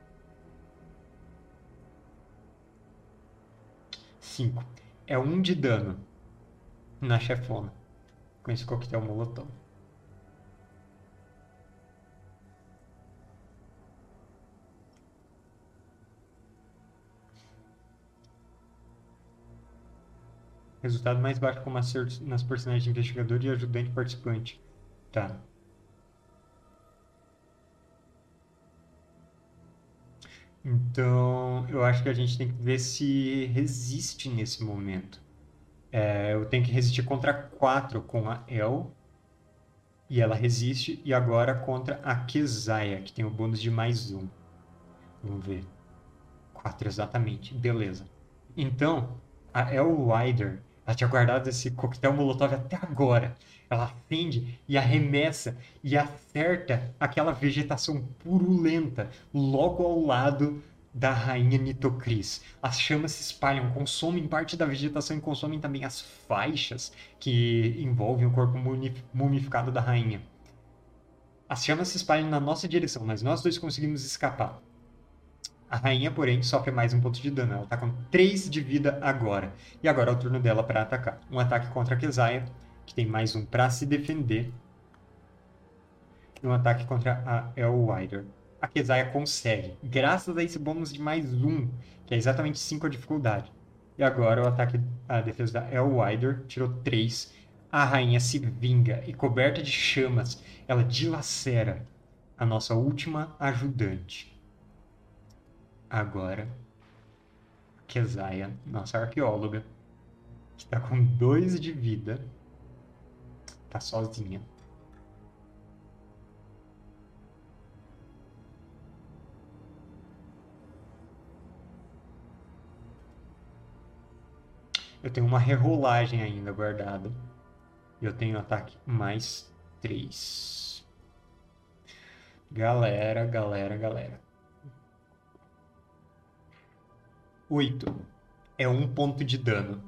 cinco. É um de dano na chefona com esse coquetel Molotov. Resultado mais baixo como acerto nas personagens investigador e ajudante participante. Tá. Então, eu acho que a gente tem que ver se resiste nesse momento. É, eu tenho que resistir contra quatro com a El. E ela resiste. E agora contra a Kezaya, que tem o bônus de mais um. Vamos ver. quatro exatamente. Beleza. Então, a Elwider, ela tinha guardado esse coquetel Molotov até agora. Ela acende e arremessa e acerta aquela vegetação purulenta logo ao lado da Rainha Nitocris. As chamas se espalham, consomem parte da vegetação e consomem também as faixas que envolvem o corpo mumificado da rainha. As chamas se espalham na nossa direção, mas nós dois conseguimos escapar. A rainha, porém, sofre mais um ponto de dano. Ela está com três de vida agora. E agora é o turno dela para atacar. Um ataque contra a Kezaya, que tem mais um para se defender. E um ataque contra a Elwider. A Kezaya consegue, graças a esse bônus de mais um, que é exatamente cinco a dificuldade. E agora o ataque, a defesa da Elwider tirou três. A rainha se vinga e, coberta de chamas, ela dilacera a nossa última ajudante. Agora, Kezaya, nossa arqueóloga, que está com dois de vida, tá sozinha. Eu tenho uma rerolagem ainda guardada. E eu tenho ataque mais três. Galera, galera, galera. oito. É um ponto de dano.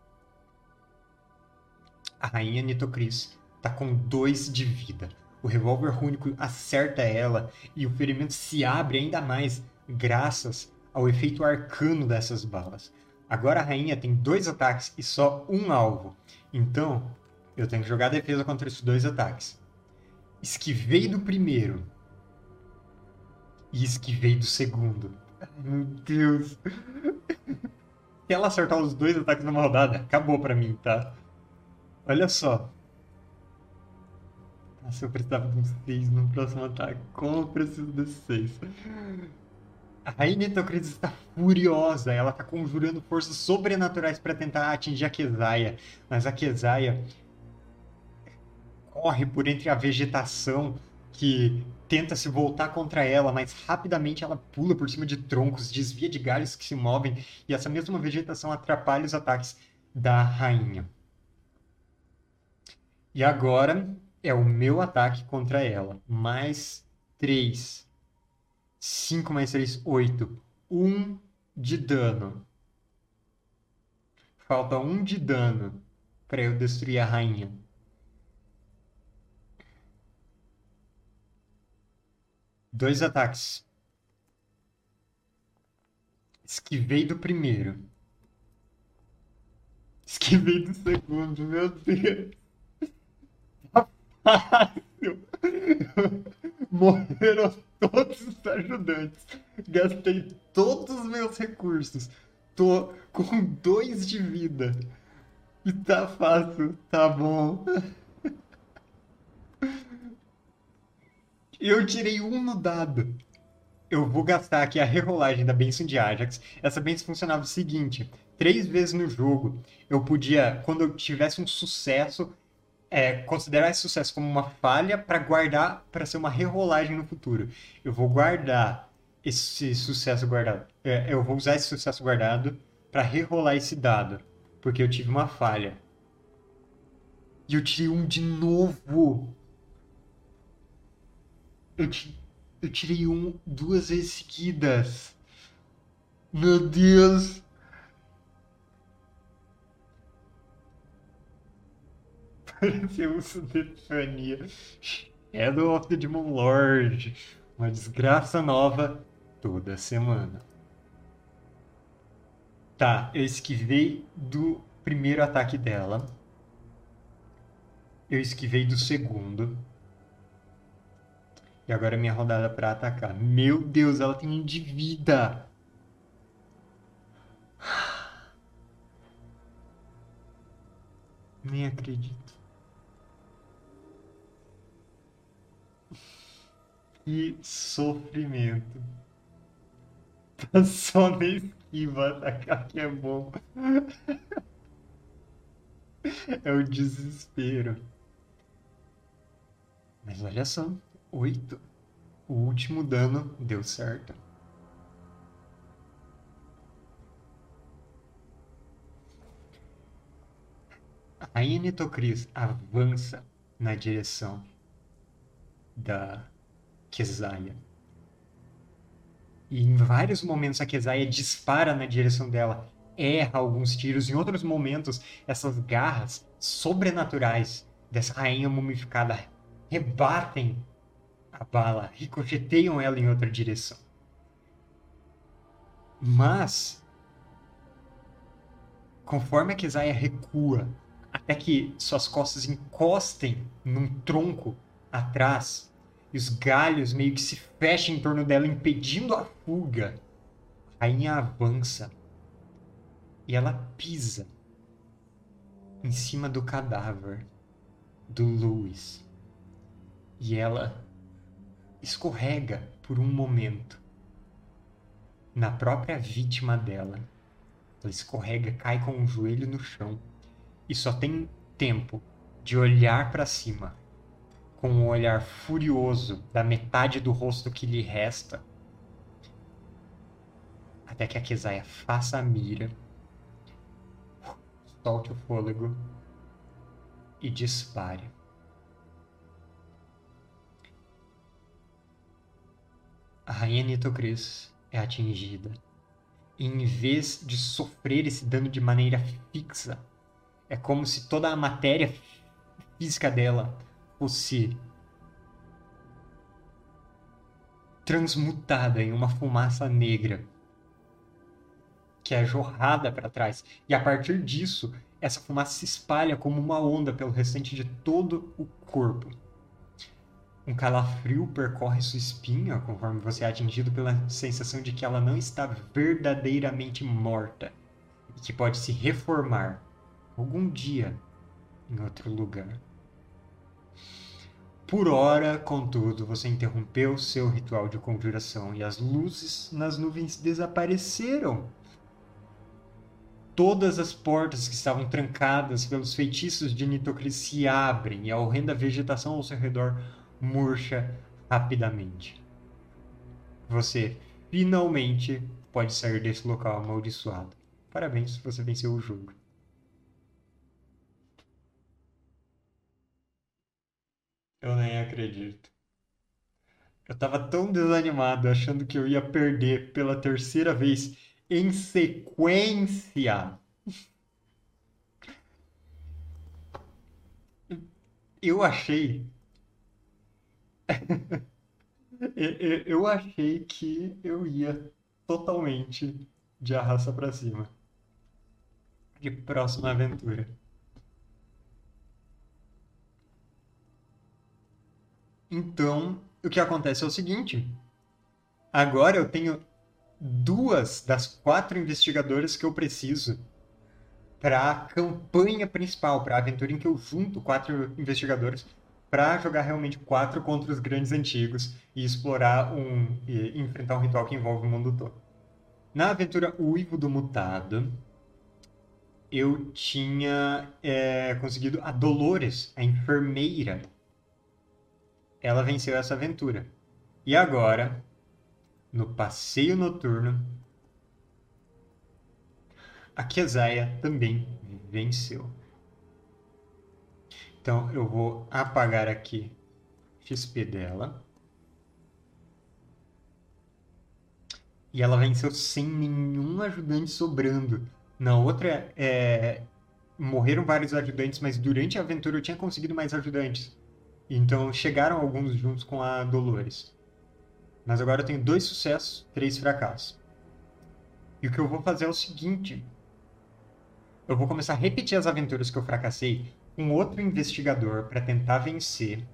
A Rainha Nitocris tá com dois de vida. O revólver único acerta ela e o ferimento se abre ainda mais graças ao efeito arcano dessas balas. Agora a rainha tem dois ataques e só um alvo. Então, eu tenho que jogar defesa contra esses dois ataques. Esquivei do primeiro. E esquivei do segundo. Ai, meu Deus. Se ela acertar os dois ataques numa rodada, acabou pra mim, tá? Olha só. Nossa, eu precisava de um seis no próximo ataque. Como eu preciso desse seis? A Rainha Nitocris está furiosa. Ela está conjurando forças sobrenaturais para tentar atingir a Kezaya. Mas a Kezaya corre por entre a vegetação, que tenta se voltar contra ela, mas rapidamente ela pula por cima de troncos, desvia de galhos que se movem, e essa mesma vegetação atrapalha os ataques da rainha. E agora é o meu ataque contra ela. Mais três. cinco mais três, oito. um de dano. Falta um de dano para eu destruir a rainha. Dois ataques. Esquivei do primeiro. Esquivei do segundo, meu Deus. Tá fácil. Morreram todos os ajudantes. Gastei todos os meus recursos. Tô com dois de vida. E tá fácil, tá bom. Eu tirei um no dado. Eu vou gastar aqui a rerolagem da bênção de Ajax. Essa bênção funcionava o seguinte: três vezes no jogo eu podia, quando eu tivesse um sucesso, é, considerar esse sucesso como uma falha para guardar, para ser uma rerolagem no futuro. Eu vou guardar esse sucesso guardado. É, eu vou usar esse sucesso guardado para rerolar esse dado, porque eu tive uma falha. E eu tirei um de novo. Eu, ti- eu tirei um duas vezes seguidas. Meu Deus. Pareceu Sudefania. Shadow of the Demon Lord. Uma desgraça nova toda semana. Tá, eu esquivei do primeiro ataque dela. Eu esquivei do segundo. E agora é minha rodada pra atacar. Meu Deus, ela tem um de vida. Nem acredito. Que sofrimento. Tá só na esquiva atacar que é bom. É o desespero. Mas olha só, oito. O último dano deu certo. A Inetocris avança na direção da Kesaia. E em vários momentos a Kesaia dispara na direção dela, erra alguns tiros. Em outros momentos, essas garras sobrenaturais dessa rainha mumificada rebatem a bala, ricocheteiam ela em outra direção. Mas, conforme a Kesaia recua, até que suas costas encostem num tronco atrás, e os galhos meio que se fecham em torno dela, impedindo a fuga, a rainha avança e ela pisa em cima do cadáver do Lewis. E ela escorrega por um momento na própria vítima dela. Ela escorrega, cai com o joelho no chão e só tem tempo de olhar para cima com um olhar furioso da metade do rosto que lhe resta, até que a Kesaia faça a mira, solte o fôlego e dispare. A rainha Nitocris é atingida. E em vez de sofrer esse dano de maneira fixa, é como se toda a matéria física dela fosse transmutada em uma fumaça negra que é jorrada para trás. E a partir disso, essa fumaça se espalha como uma onda pelo restante de todo o corpo. Um calafrio percorre sua espinha conforme você é atingido pela sensação de que ela não está verdadeiramente morta e que pode se reformar algum dia em outro lugar. Por hora, contudo, você interrompeu seu ritual de conjuração e as luzes nas nuvens desapareceram. Todas as portas que estavam trancadas pelos feitiços de Nitocris se abrem e a horrenda vegetação ao seu redor murcha rapidamente. Você finalmente pode sair desse local amaldiçoado. Parabéns, você venceu o jogo. Eu nem acredito. Eu tava tão desanimado, achando que eu ia perder pela terceira vez em sequência. Eu achei. eu, eu achei que eu ia totalmente de arrasta pra cima. De próxima aventura. Então, o que acontece é o seguinte: agora eu tenho duas das quatro investigadoras que eu preciso para a campanha principal, para a aventura em que eu junto quatro investigadores para jogar realmente quatro contra os grandes antigos e explorar um e enfrentar um ritual que envolve o mundo todo. Na aventura Uivo do Mutado, eu tinha é, conseguido a Dolores, a enfermeira. Ela venceu essa aventura. E agora, no passeio noturno, a Kesaia também venceu. Então eu vou apagar aqui X P dela. E ela venceu sem nenhum ajudante sobrando. Na outra, é, morreram vários ajudantes, mas durante a aventura eu tinha conseguido mais ajudantes. Então chegaram alguns juntos com a Dolores. Mas agora eu tenho dois sucessos, três fracassos. E o que eu vou fazer é o seguinte: eu vou começar a repetir as aventuras que eu fracassei com outro investigador para tentar vencer.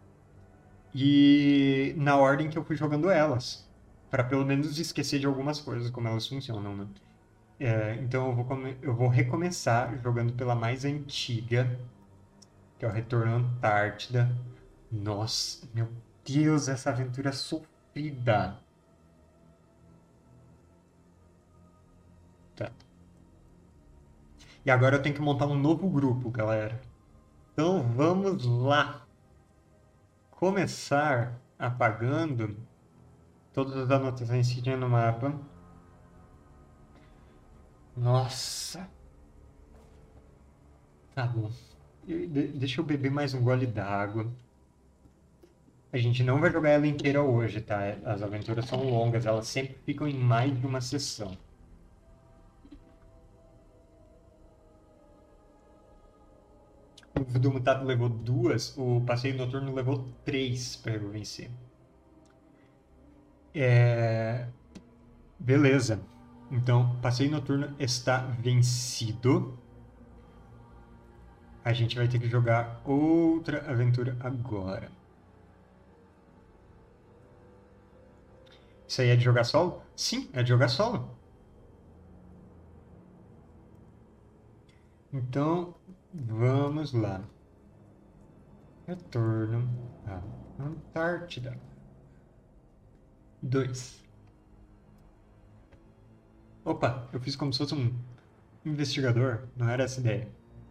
E na ordem que eu fui jogando elas. Para pelo menos esquecer de algumas coisas, como elas funcionam, né? É, então eu vou, come- eu vou recomeçar jogando pela mais antiga, que é o Retorno à Antártida. Nossa, meu Deus, essa aventura é sofrida. Tá. E agora eu tenho que montar um novo grupo, galera. Então vamos lá. Começar apagando todas as anotações que tinha no mapa. Nossa, tá bom. E de- Deixa eu beber mais um gole d'água. A gente não vai jogar ela inteira hoje, tá? As aventuras são longas, elas sempre ficam em mais de uma sessão. O Voodoo Mutado levou duas, o Passeio Noturno levou três para eu vencer. É... Beleza. Então, Passeio Noturno está vencido. A gente vai ter que jogar outra aventura agora. Isso aí é de jogar solo? Sim, é de jogar solo. Então, vamos lá. Retorno à Antártida. Dois. Opa, eu fiz como se fosse um investigador. Não era essa a ideia.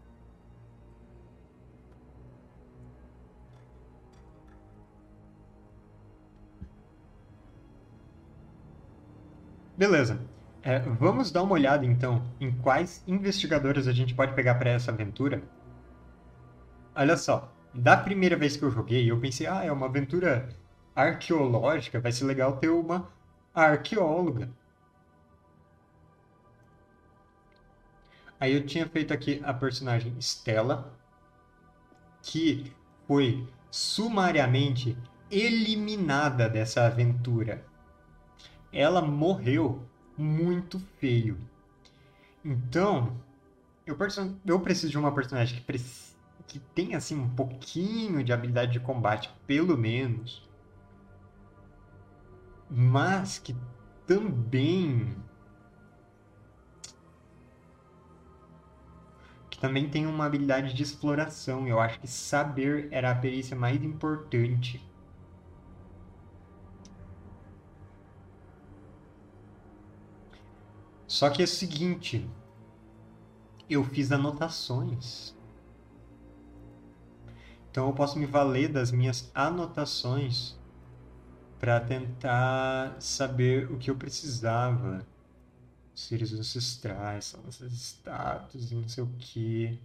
Beleza. É, vamos dar uma olhada então em quais investigadores a gente pode pegar para essa aventura. Olha só, da primeira vez que eu joguei, eu pensei, ah, é uma aventura arqueológica, vai ser legal ter uma arqueóloga. Aí eu tinha feito aqui a personagem Stella, que foi sumariamente eliminada dessa aventura. Ela morreu muito feio. Então, eu, perso- eu preciso de uma personagem que, preci- que tenha assim um pouquinho de habilidade de combate, pelo menos, mas que também que também tenha uma habilidade de exploração. Eu acho que saber era a perícia mais importante. Só que é o seguinte, eu fiz anotações. Então eu posso me valer das minhas anotações para tentar saber o que eu precisava. Seres ancestrais, são esses status e não sei o que.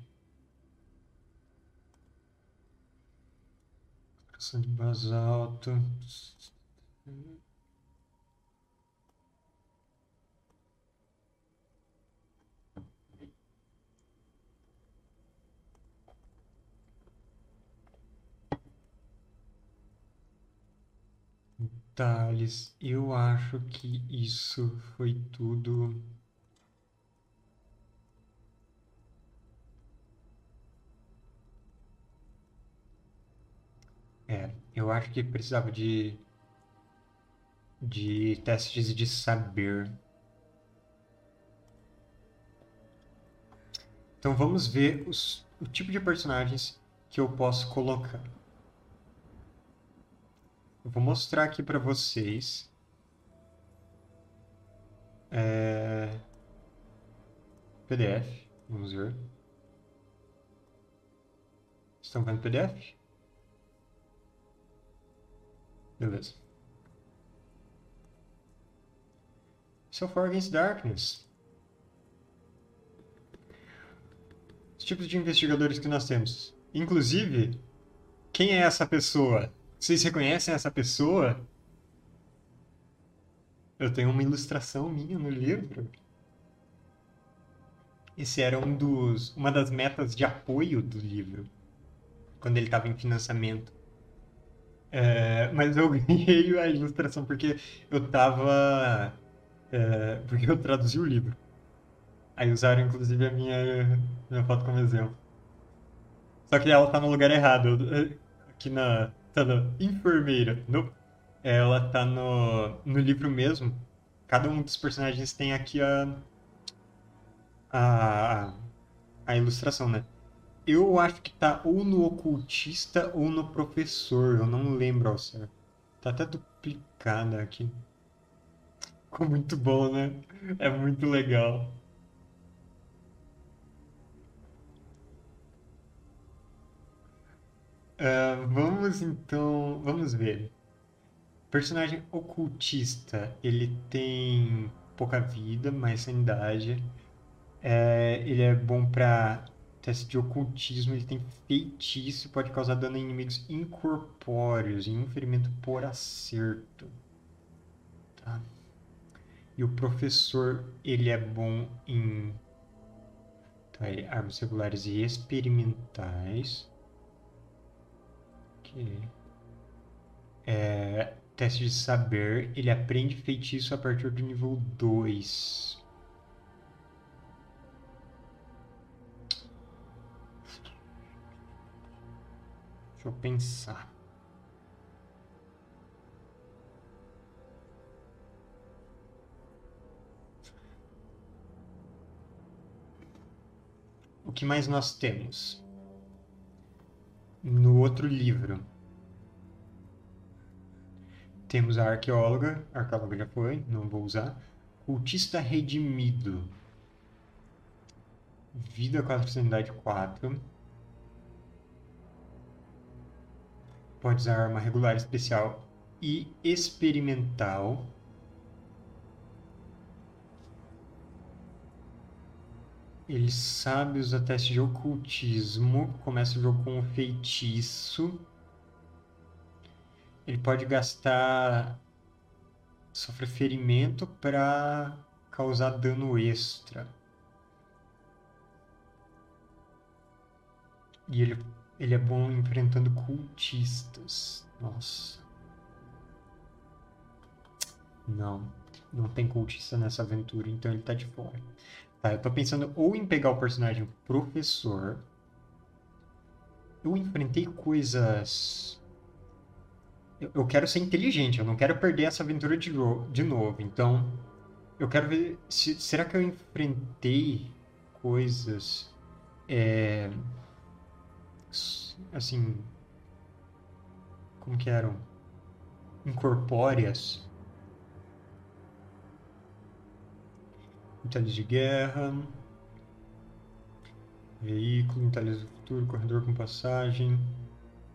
Criação de basalto. Detalhes. Eu acho que isso foi tudo. É, eu acho que precisava de, de testes de saber. Então vamos ver os, o tipo de personagens que eu posso colocar. Eu vou mostrar aqui para vocês. É... P D F, vamos ver. Estão vendo o P D F? Beleza. So far against darkness. Os tipos de investigadores que nós temos. Inclusive, quem é essa pessoa? Vocês reconhecem essa pessoa? Eu tenho uma ilustração minha no livro. Esse era um dos, uma das metas de apoio do livro, quando ele estava em financiamento. É, mas eu ganhei a ilustração porque eu tava. É, porque eu traduzi o livro. Aí usaram inclusive a minha, minha foto como exemplo. Só que ela tá no lugar errado. Eu- Aqui na. Tá na enfermeira. No, ela tá no, no livro mesmo. Cada um dos personagens tem aqui a, a, a ilustração, né? Eu acho que tá ou no ocultista ou no professor. Eu não lembro ao certo. Tá até duplicada aqui. Ficou muito bom, né? É muito legal. Ah, vamos então. Vamos ver. Personagem ocultista. Ele tem pouca vida, mais sanidade. É, ele é bom pra teste de ocultismo. Ele tem feitiço. Pode causar dano a inimigos incorpóreos. E um ferimento por acerto. Tá? E o professor, ele é bom em tá, aí, armas regulares e experimentais. Ok. É, teste de saber. Ele aprende feitiço a partir do nível dois. Deixa eu pensar. O que mais nós temos? No outro livro, temos a arqueóloga. A arqueóloga já foi, não vou usar. Cultista redimido. Vida quatro, sanidade quatro. Pode usar arma regular especial e experimental. Ele sabe usar teste de ocultismo. Começa o jogo com um feitiço. Ele pode gastar. Sofre ferimento para causar dano extra. E ele, ele é bom enfrentando cultistas. Nossa. Não. Não tem cultista nessa aventura, então ele tá de fora. Tá, eu tô pensando ou em pegar o personagem professor. Eu enfrentei coisas. Eu, eu quero ser inteligente, eu não quero perder essa aventura de, de novo. Então, eu quero ver. Se, será que eu enfrentei coisas. É, assim. Como que eram? Incorpóreas. Detalhes de guerra. Veículo, detalhes do futuro, corredor com passagem.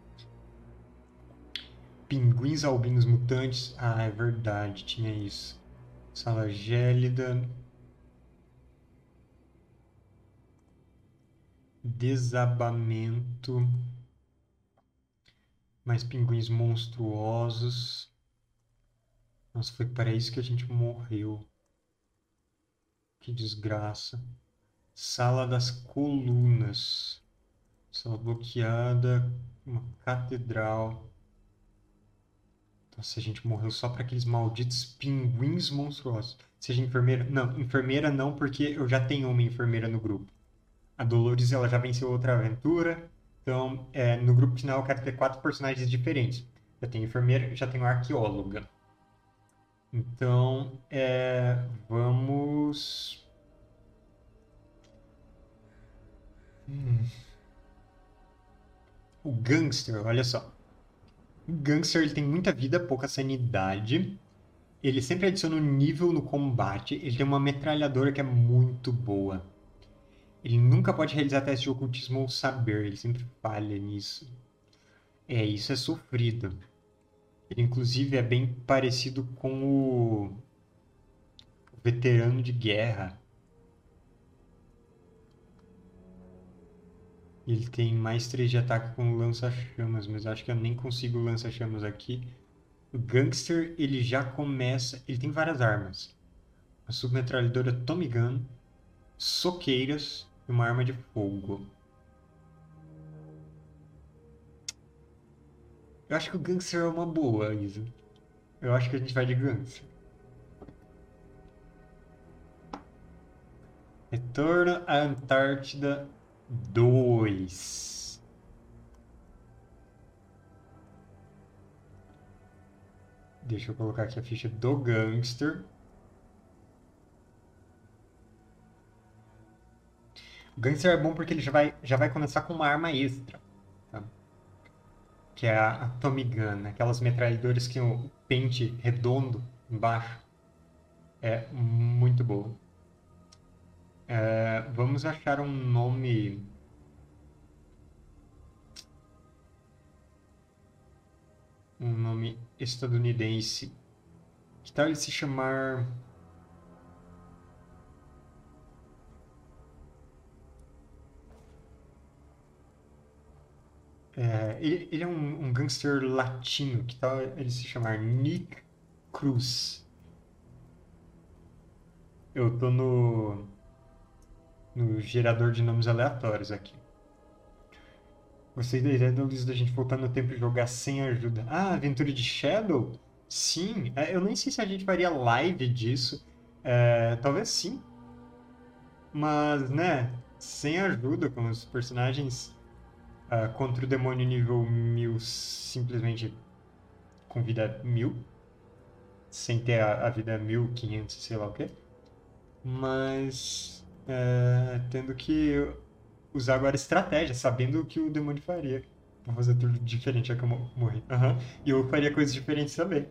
Pinguins albinos mutantes. Ah, é verdade, tinha isso. Sala gélida. Desabamento. Mais pinguins monstruosos. Nossa, foi para isso que a gente morreu. Que desgraça. Sala das colunas. Sala bloqueada. Uma catedral. Nossa, a gente morreu só para aqueles malditos pinguins monstruosos. Seja enfermeira? Não, enfermeira não, porque eu já tenho uma enfermeira no grupo. A Dolores, ela já venceu outra aventura. Então, é, no grupo final eu quero ter quatro personagens diferentes. Já tenho enfermeira, já tenho arqueóloga. Então, é, vamos... Hum, o Gangster, olha só. O Gangster ele tem muita vida, pouca sanidade. Ele sempre adiciona um nível no combate. Ele tem uma metralhadora que é muito boa. Ele nunca pode realizar teste de ocultismo ou saber. Ele sempre falha nisso. É, isso é sofrido. Ele, inclusive, é bem parecido com o veterano de guerra. Ele tem mais três de ataque com lança-chamas, mas acho que eu nem consigo lança-chamas aqui. O Gangster, ele já começa... Ele tem várias armas. A submetralhadora Tommy Gun, soqueiras e uma arma de fogo. Eu acho que o Gangster é uma boa, Isa. Eu acho que a gente vai de Gangster. Retorno à Antártida dois. Deixa eu colocar aqui a ficha do Gangster. O Gangster é bom porque ele já vai, já vai começar com uma arma extra. Tá? Que é a, a Tommy Gun. Aquelas metralhadoras que tem o pente redondo embaixo. É muito boa. É, vamos achar um nome... Um nome estadunidense. Que tal ele se chamar... É, ele, ele é um, um gangster latino. Que tal ele se chamar Nick Cruz? Eu tô no, no gerador de nomes aleatórios aqui. Gostei da ideia da Luiz da gente voltar no tempo e jogar sem ajuda. Ah, aventura de Shadow? Sim. É, eu nem sei se a gente faria live disso. É, talvez sim. Mas, né, sem ajuda, com os personagens ah, contra o demônio nível mil simplesmente com vida mil. Sem ter a, a vida mil e quinhentos, sei lá o quê. Mas é, tendo que usar agora estratégia, sabendo o que o demônio faria. Vou fazer tudo diferente, já que eu morri. Uhum. E eu faria coisas diferentes também.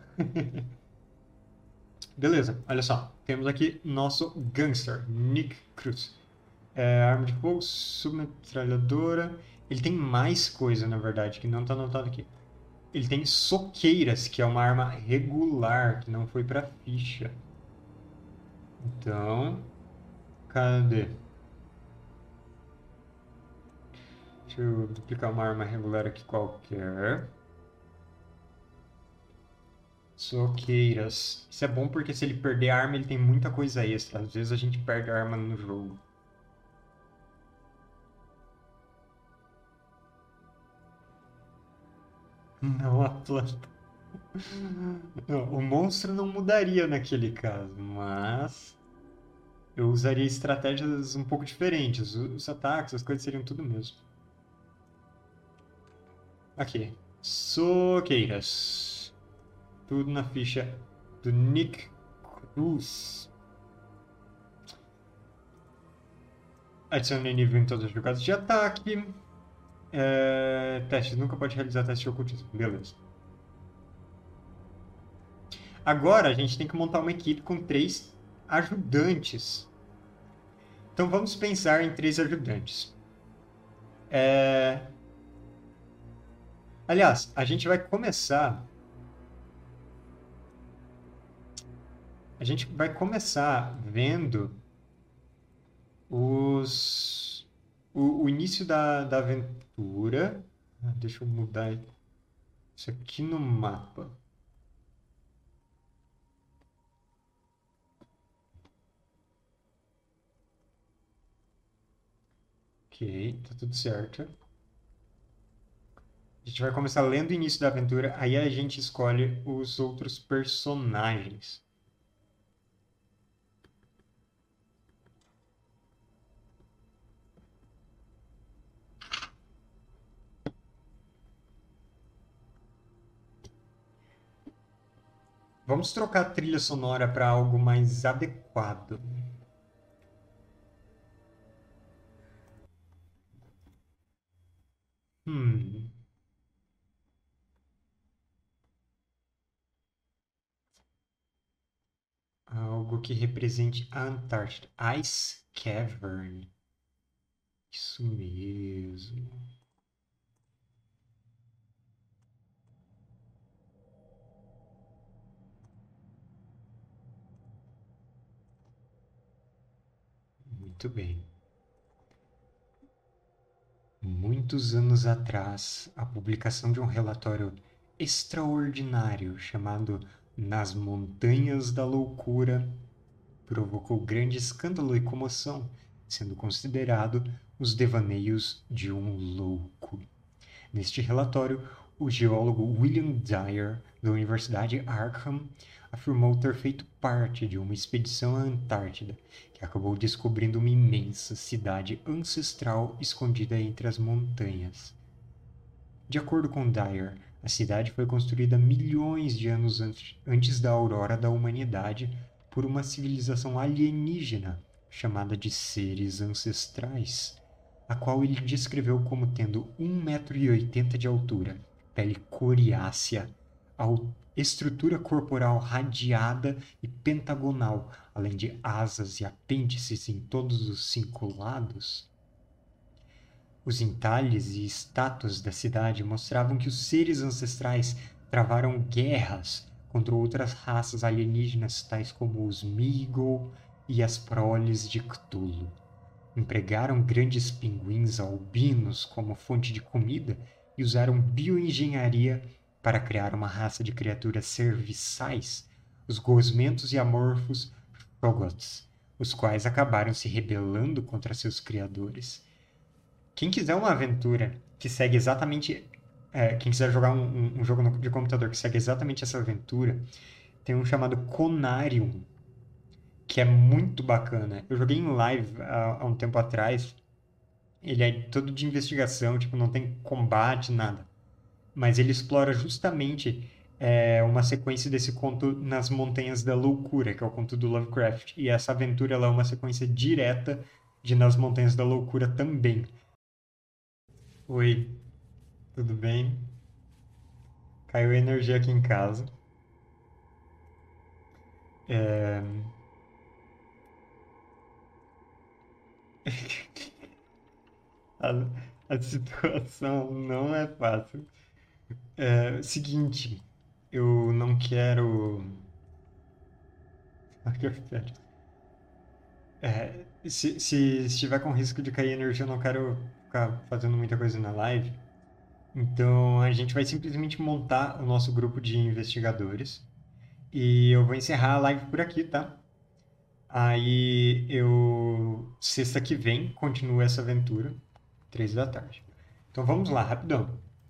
Beleza, olha só. Temos aqui nosso gangster, Nick Cruz. É, arma de fogo, submetralhadora. Ele tem mais coisa, na verdade, que não está anotado aqui. Ele tem soqueiras, que é uma arma regular, que não foi pra ficha. Então, cadê? Deixa eu duplicar uma arma regular aqui qualquer. Soqueiras. Isso é bom porque se ele perder a arma, ele tem muita coisa extra. Às vezes a gente perde a arma no jogo. Não a planta. Não, o monstro não mudaria naquele caso, mas eu usaria estratégias um pouco diferentes. Os ataques, as coisas seriam tudo mesmo. Aqui. Soqueiras. Tudo na ficha do Nick Cruz. Adicione nível em todas as jogadas de ataque. É... Teste. Nunca pode realizar teste de ocultismo. Beleza. Agora a gente tem que montar uma equipe com três ajudantes. Então vamos pensar em três ajudantes. É... Aliás, a gente vai começar. A gente vai começar vendo os. O, o início da, da aventura. Ah, deixa eu mudar isso aqui no mapa. Ok, tá tudo certo. A gente vai começar lendo o início da aventura, aí a gente escolhe os outros personagens. Vamos trocar a trilha sonora para algo mais adequado. Hmm, algo que represente a Antártida. Ice Cavern. Isso mesmo. Muito bem. Muitos anos atrás, a publicação de um relatório extraordinário chamado Nas Montanhas da Loucura provocou grande escândalo e comoção, sendo considerado os devaneios de um louco. Neste relatório, o geólogo William Dyer, da Universidade Arkham, afirmou ter feito parte de uma expedição à Antártida, que acabou descobrindo uma imensa cidade ancestral escondida entre as montanhas. De acordo com Dyer, a cidade foi construída milhões de anos antes da aurora da humanidade por uma civilização alienígena chamada de seres ancestrais, a qual ele descreveu como tendo um metro e oitenta de altura, pele coriácea, estrutura corporal radiada e pentagonal, além de asas e apêndices em todos os cinco lados. Os entalhes e estátuas da cidade mostravam que os seres ancestrais travaram guerras contra outras raças alienígenas, tais como os Meagle e as proles de Cthulhu. Empregaram grandes pinguins albinos como fonte de comida e usaram bioengenharia para criar uma raça de criaturas serviçais, os gosmentos e amorfos Shoggoths, os quais acabaram se rebelando contra seus criadores. Quem quiser uma aventura que segue exatamente. É, quem quiser jogar um, um, um jogo de computador que segue exatamente essa aventura, tem um chamado Conarium, que é muito bacana. Eu joguei em live há, há um tempo atrás. Ele é todo de investigação, tipo, não tem combate, nada. Mas ele explora justamente é, uma sequência desse conto nas Montanhas da Loucura, que é o conto do Lovecraft. E essa aventura ela é uma sequência direta de Nas Montanhas da Loucura também. Oi, tudo bem? Caiu energia aqui em casa. É... A, a situação não é fácil. É, seguinte, eu não quero. Não quero É, se, se estiver com risco de cair energia, eu não quero ficar fazendo muita coisa na live. Então a gente vai simplesmente montar o nosso grupo de investigadores. E eu vou encerrar a live por aqui, tá? Aí eu. Sexta que vem, continuo essa aventura, três da tarde. Então vamos lá, rapidão.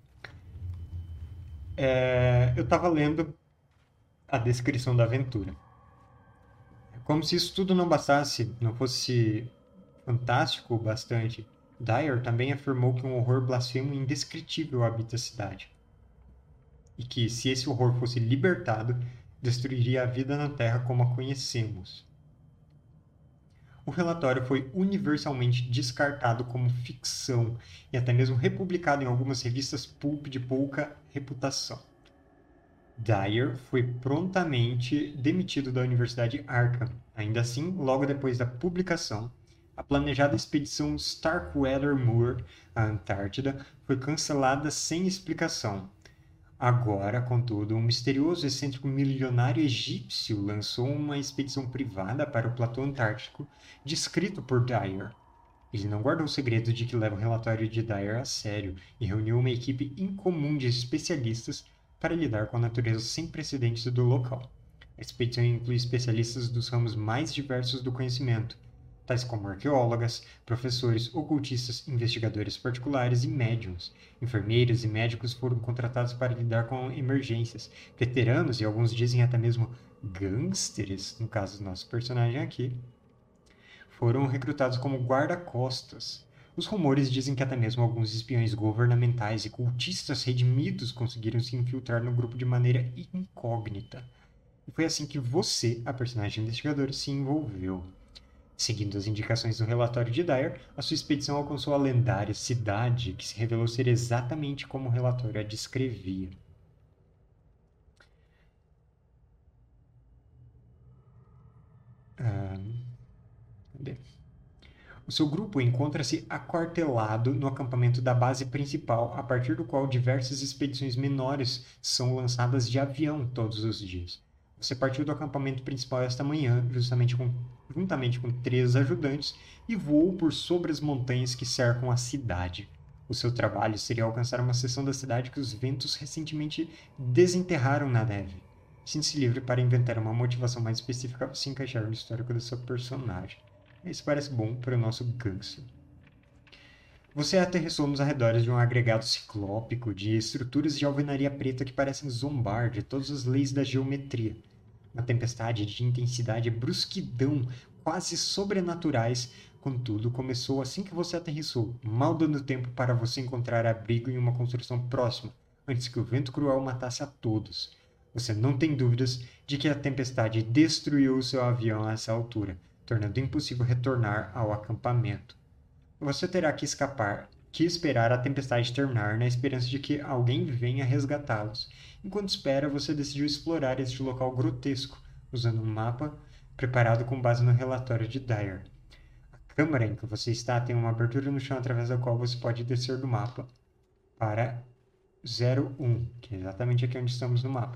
É, eu estava lendo a descrição da aventura. Como se isso tudo não bastasse, não fosse fantástico o bastante, Dyer também afirmou que um horror blasfemo e indescritível habita a cidade. E que, se esse horror fosse libertado, destruiria a vida na Terra como a conhecemos. O relatório foi universalmente descartado como ficção e até mesmo republicado em algumas revistas pulp de pouca reputação. Dyer foi prontamente demitido da Universidade Arkham. Ainda assim, logo depois da publicação, A planejada expedição Starkweather-Moore à Antártida foi cancelada sem explicação. Agora, contudo, um misterioso e excêntrico milionário egípcio lançou uma expedição privada para o platô antártico, descrito por Dyer. Ele não guardou o segredo de que leva o relatório de Dyer a sério e reuniu uma equipe incomum de especialistas para lidar com a natureza sem precedentes do local. A expedição inclui especialistas dos ramos mais diversos do conhecimento, tais como arqueólogas, professores, ocultistas, investigadores particulares e médiums. Enfermeiros e médicos foram contratados para lidar com emergências. Veteranos e alguns dizem até mesmo gangsters, no caso do nosso personagem aqui, foram recrutados como guarda-costas. Os rumores dizem que até mesmo alguns espiões governamentais e cultistas redimidos conseguiram se infiltrar no grupo de maneira incógnita. E foi assim que você, a personagem investigadora, se envolveu. Seguindo as indicações do relatório de Dyer, a sua expedição alcançou a lendária cidade que se revelou ser exatamente como o relatório a descrevia. Ah, cadê? O seu grupo encontra-se aquartelado no acampamento da base principal, a partir do qual diversas expedições menores são lançadas de avião todos os dias. Você partiu do acampamento principal esta manhã, justamente com, juntamente com três ajudantes, e voou por sobre as montanhas que cercam a cidade. O seu trabalho seria alcançar uma seção da cidade que os ventos recentemente desenterraram na neve. Sinta-se livre para inventar uma motivação mais específica para se encaixar no histórico do seu personagem. Isso parece bom para o nosso gangster. Você aterrissou nos arredores de um agregado ciclópico de estruturas de alvenaria preta que parecem zombar de todas as leis da geometria. Uma tempestade de intensidade e brusquidão quase sobrenaturais, contudo, começou assim que você aterrissou, mal dando tempo para você encontrar abrigo em uma construção próxima, antes que o vento cruel matasse a todos. Você não tem dúvidas de que a tempestade destruiu o seu avião a essa altura, tornando impossível retornar ao acampamento. Você terá que escapar, que esperar a tempestade terminar na esperança de que alguém venha resgatá-los. Enquanto espera, você decidiu explorar este local grotesco, usando um mapa preparado com base no relatório de Dyer. A câmara em que você está tem uma abertura no chão através da qual você pode descer do mapa para zero um, que é exatamente aqui onde estamos no mapa.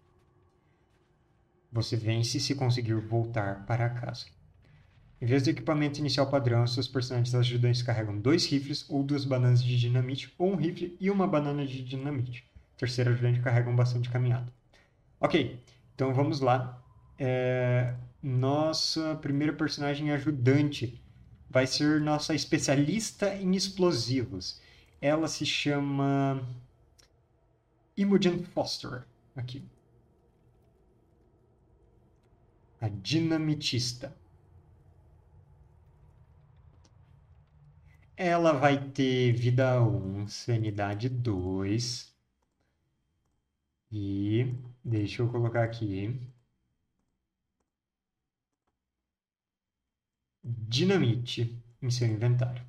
Você vence se conseguir voltar para casa. Em vez do equipamento inicial padrão, seus personagens ajudantes carregam dois rifles ou duas bananas de dinamite, ou um rifle e uma banana de dinamite. O terceiro ajudante carrega um bastão de caminhada. Ok, então vamos lá. É... Nossa primeira personagem ajudante vai ser nossa especialista em explosivos. Ela se chama Imogen Foster. Aqui. A dinamitista. Ela vai ter vida um, sanidade dois. E deixa eu colocar aqui. Dinamite em seu inventário.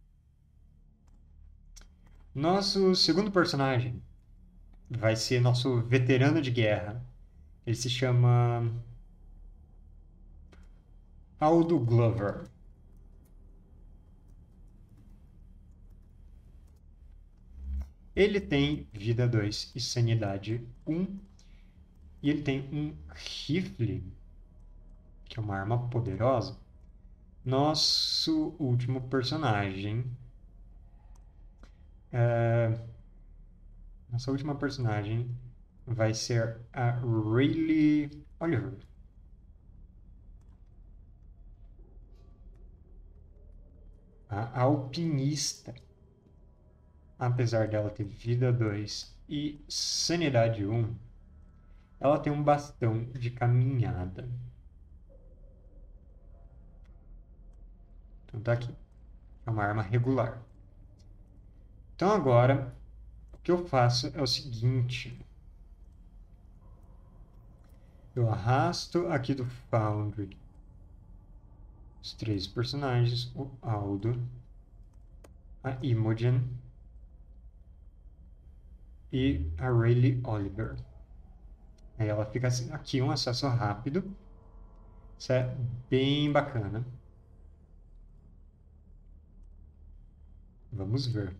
Nosso segundo personagem vai ser nosso veterano de guerra. Ele se chama Aldo Glover. Ele tem vida dois e sanidade um. E ele tem um rifle, que é uma arma poderosa. Nosso último personagem. É... Nossa última personagem vai ser a Rayleigh Oliver. A alpinista. Apesar dela ter vida dois e sanidade um, ela tem um bastão de caminhada. Então tá aqui. É uma arma regular. Então agora, o que eu faço é o seguinte. Eu arrasto aqui do Foundry os três personagens, o Aldo, a Imogen e a Rayleigh Oliver. Aí ela fica assim, aqui um acesso rápido. Isso é bem bacana. Vamos ver.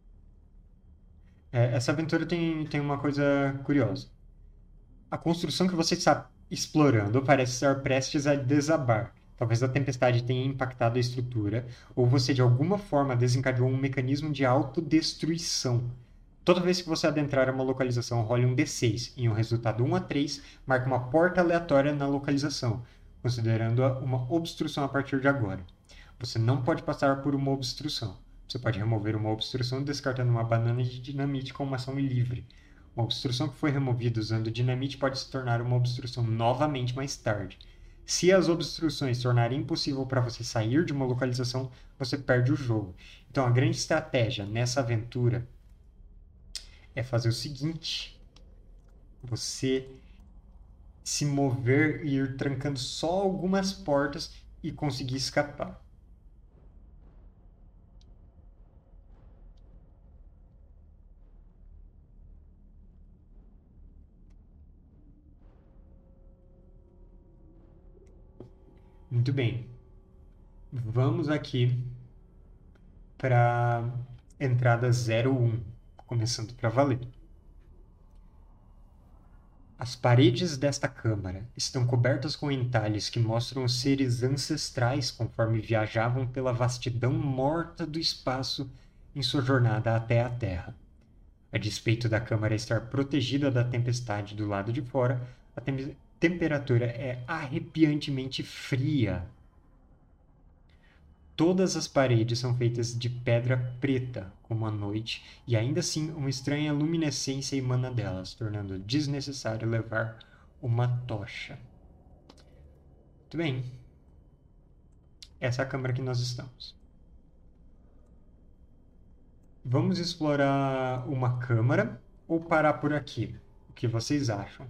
É, essa aventura tem, tem uma coisa curiosa. A construção que você está explorando parece estar prestes a desabar. Talvez a tempestade tenha impactado a estrutura, ou você de alguma forma desencadeou um mecanismo de autodestruição. Toda vez que você adentrar uma localização, role um D seis. Em um resultado um a três, marque uma porta aleatória na localização, considerando-a uma obstrução a partir de agora. Você não pode passar por uma obstrução. Você pode remover uma obstrução descartando uma banana de dinamite com uma ação livre. Uma obstrução que foi removida usando dinamite pode se tornar uma obstrução novamente mais tarde. Se as obstruções tornarem impossível para você sair de uma localização, você perde o jogo. Então a grande estratégia nessa aventura é fazer o seguinte: você se mover e ir trancando só algumas portas e conseguir escapar. Muito bem. Vamos aqui para entrada zero um, começando para valer. As paredes desta câmara estão cobertas com entalhes que mostram os seres ancestrais conforme viajavam pela vastidão morta do espaço em sua jornada até a Terra. A despeito da câmara estar protegida da tempestade do lado de fora, a tem temperatura é arrepiantemente fria. Todas as paredes são feitas de pedra preta, como a noite, e ainda assim uma estranha luminescência emana delas, tornando desnecessário levar uma tocha. Muito bem. Essa é a câmara que nós estamos. Vamos explorar uma câmara ou parar por aqui? O que vocês acham?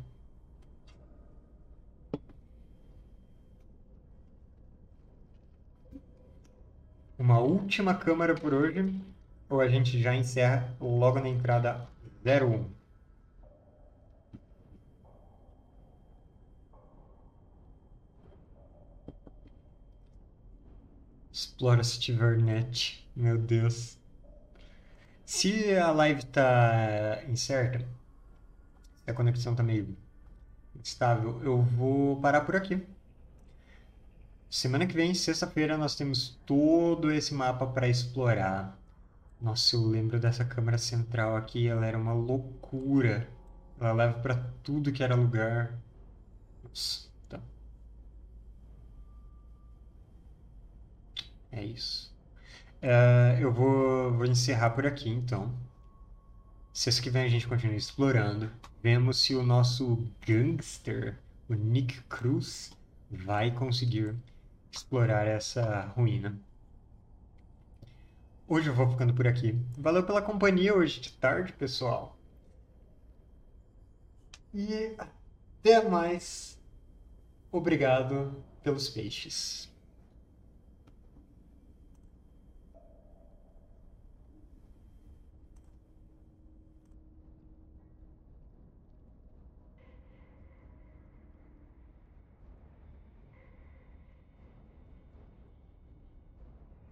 Uma última câmara por hoje ou a gente já encerra logo na entrada zero um? Explora se tiver net. Meu Deus. Se a live tá incerta, se a conexão tá meio instável, eu vou parar por aqui. Semana que vem, sexta-feira, nós temos todo esse mapa para explorar. Nossa, eu lembro dessa câmera central aqui, ela era uma loucura. Ela leva para tudo que era lugar. Nossa, tá. É isso. É, eu vou, vou encerrar por aqui, então. Sexta que vem a gente continua explorando. Vemos se o nosso gangster, o Nick Cruz, vai conseguir explorar essa ruína. Hoje eu vou ficando por aqui. Valeu pela companhia hoje de tarde, pessoal. E até mais. Obrigado pelos peixes.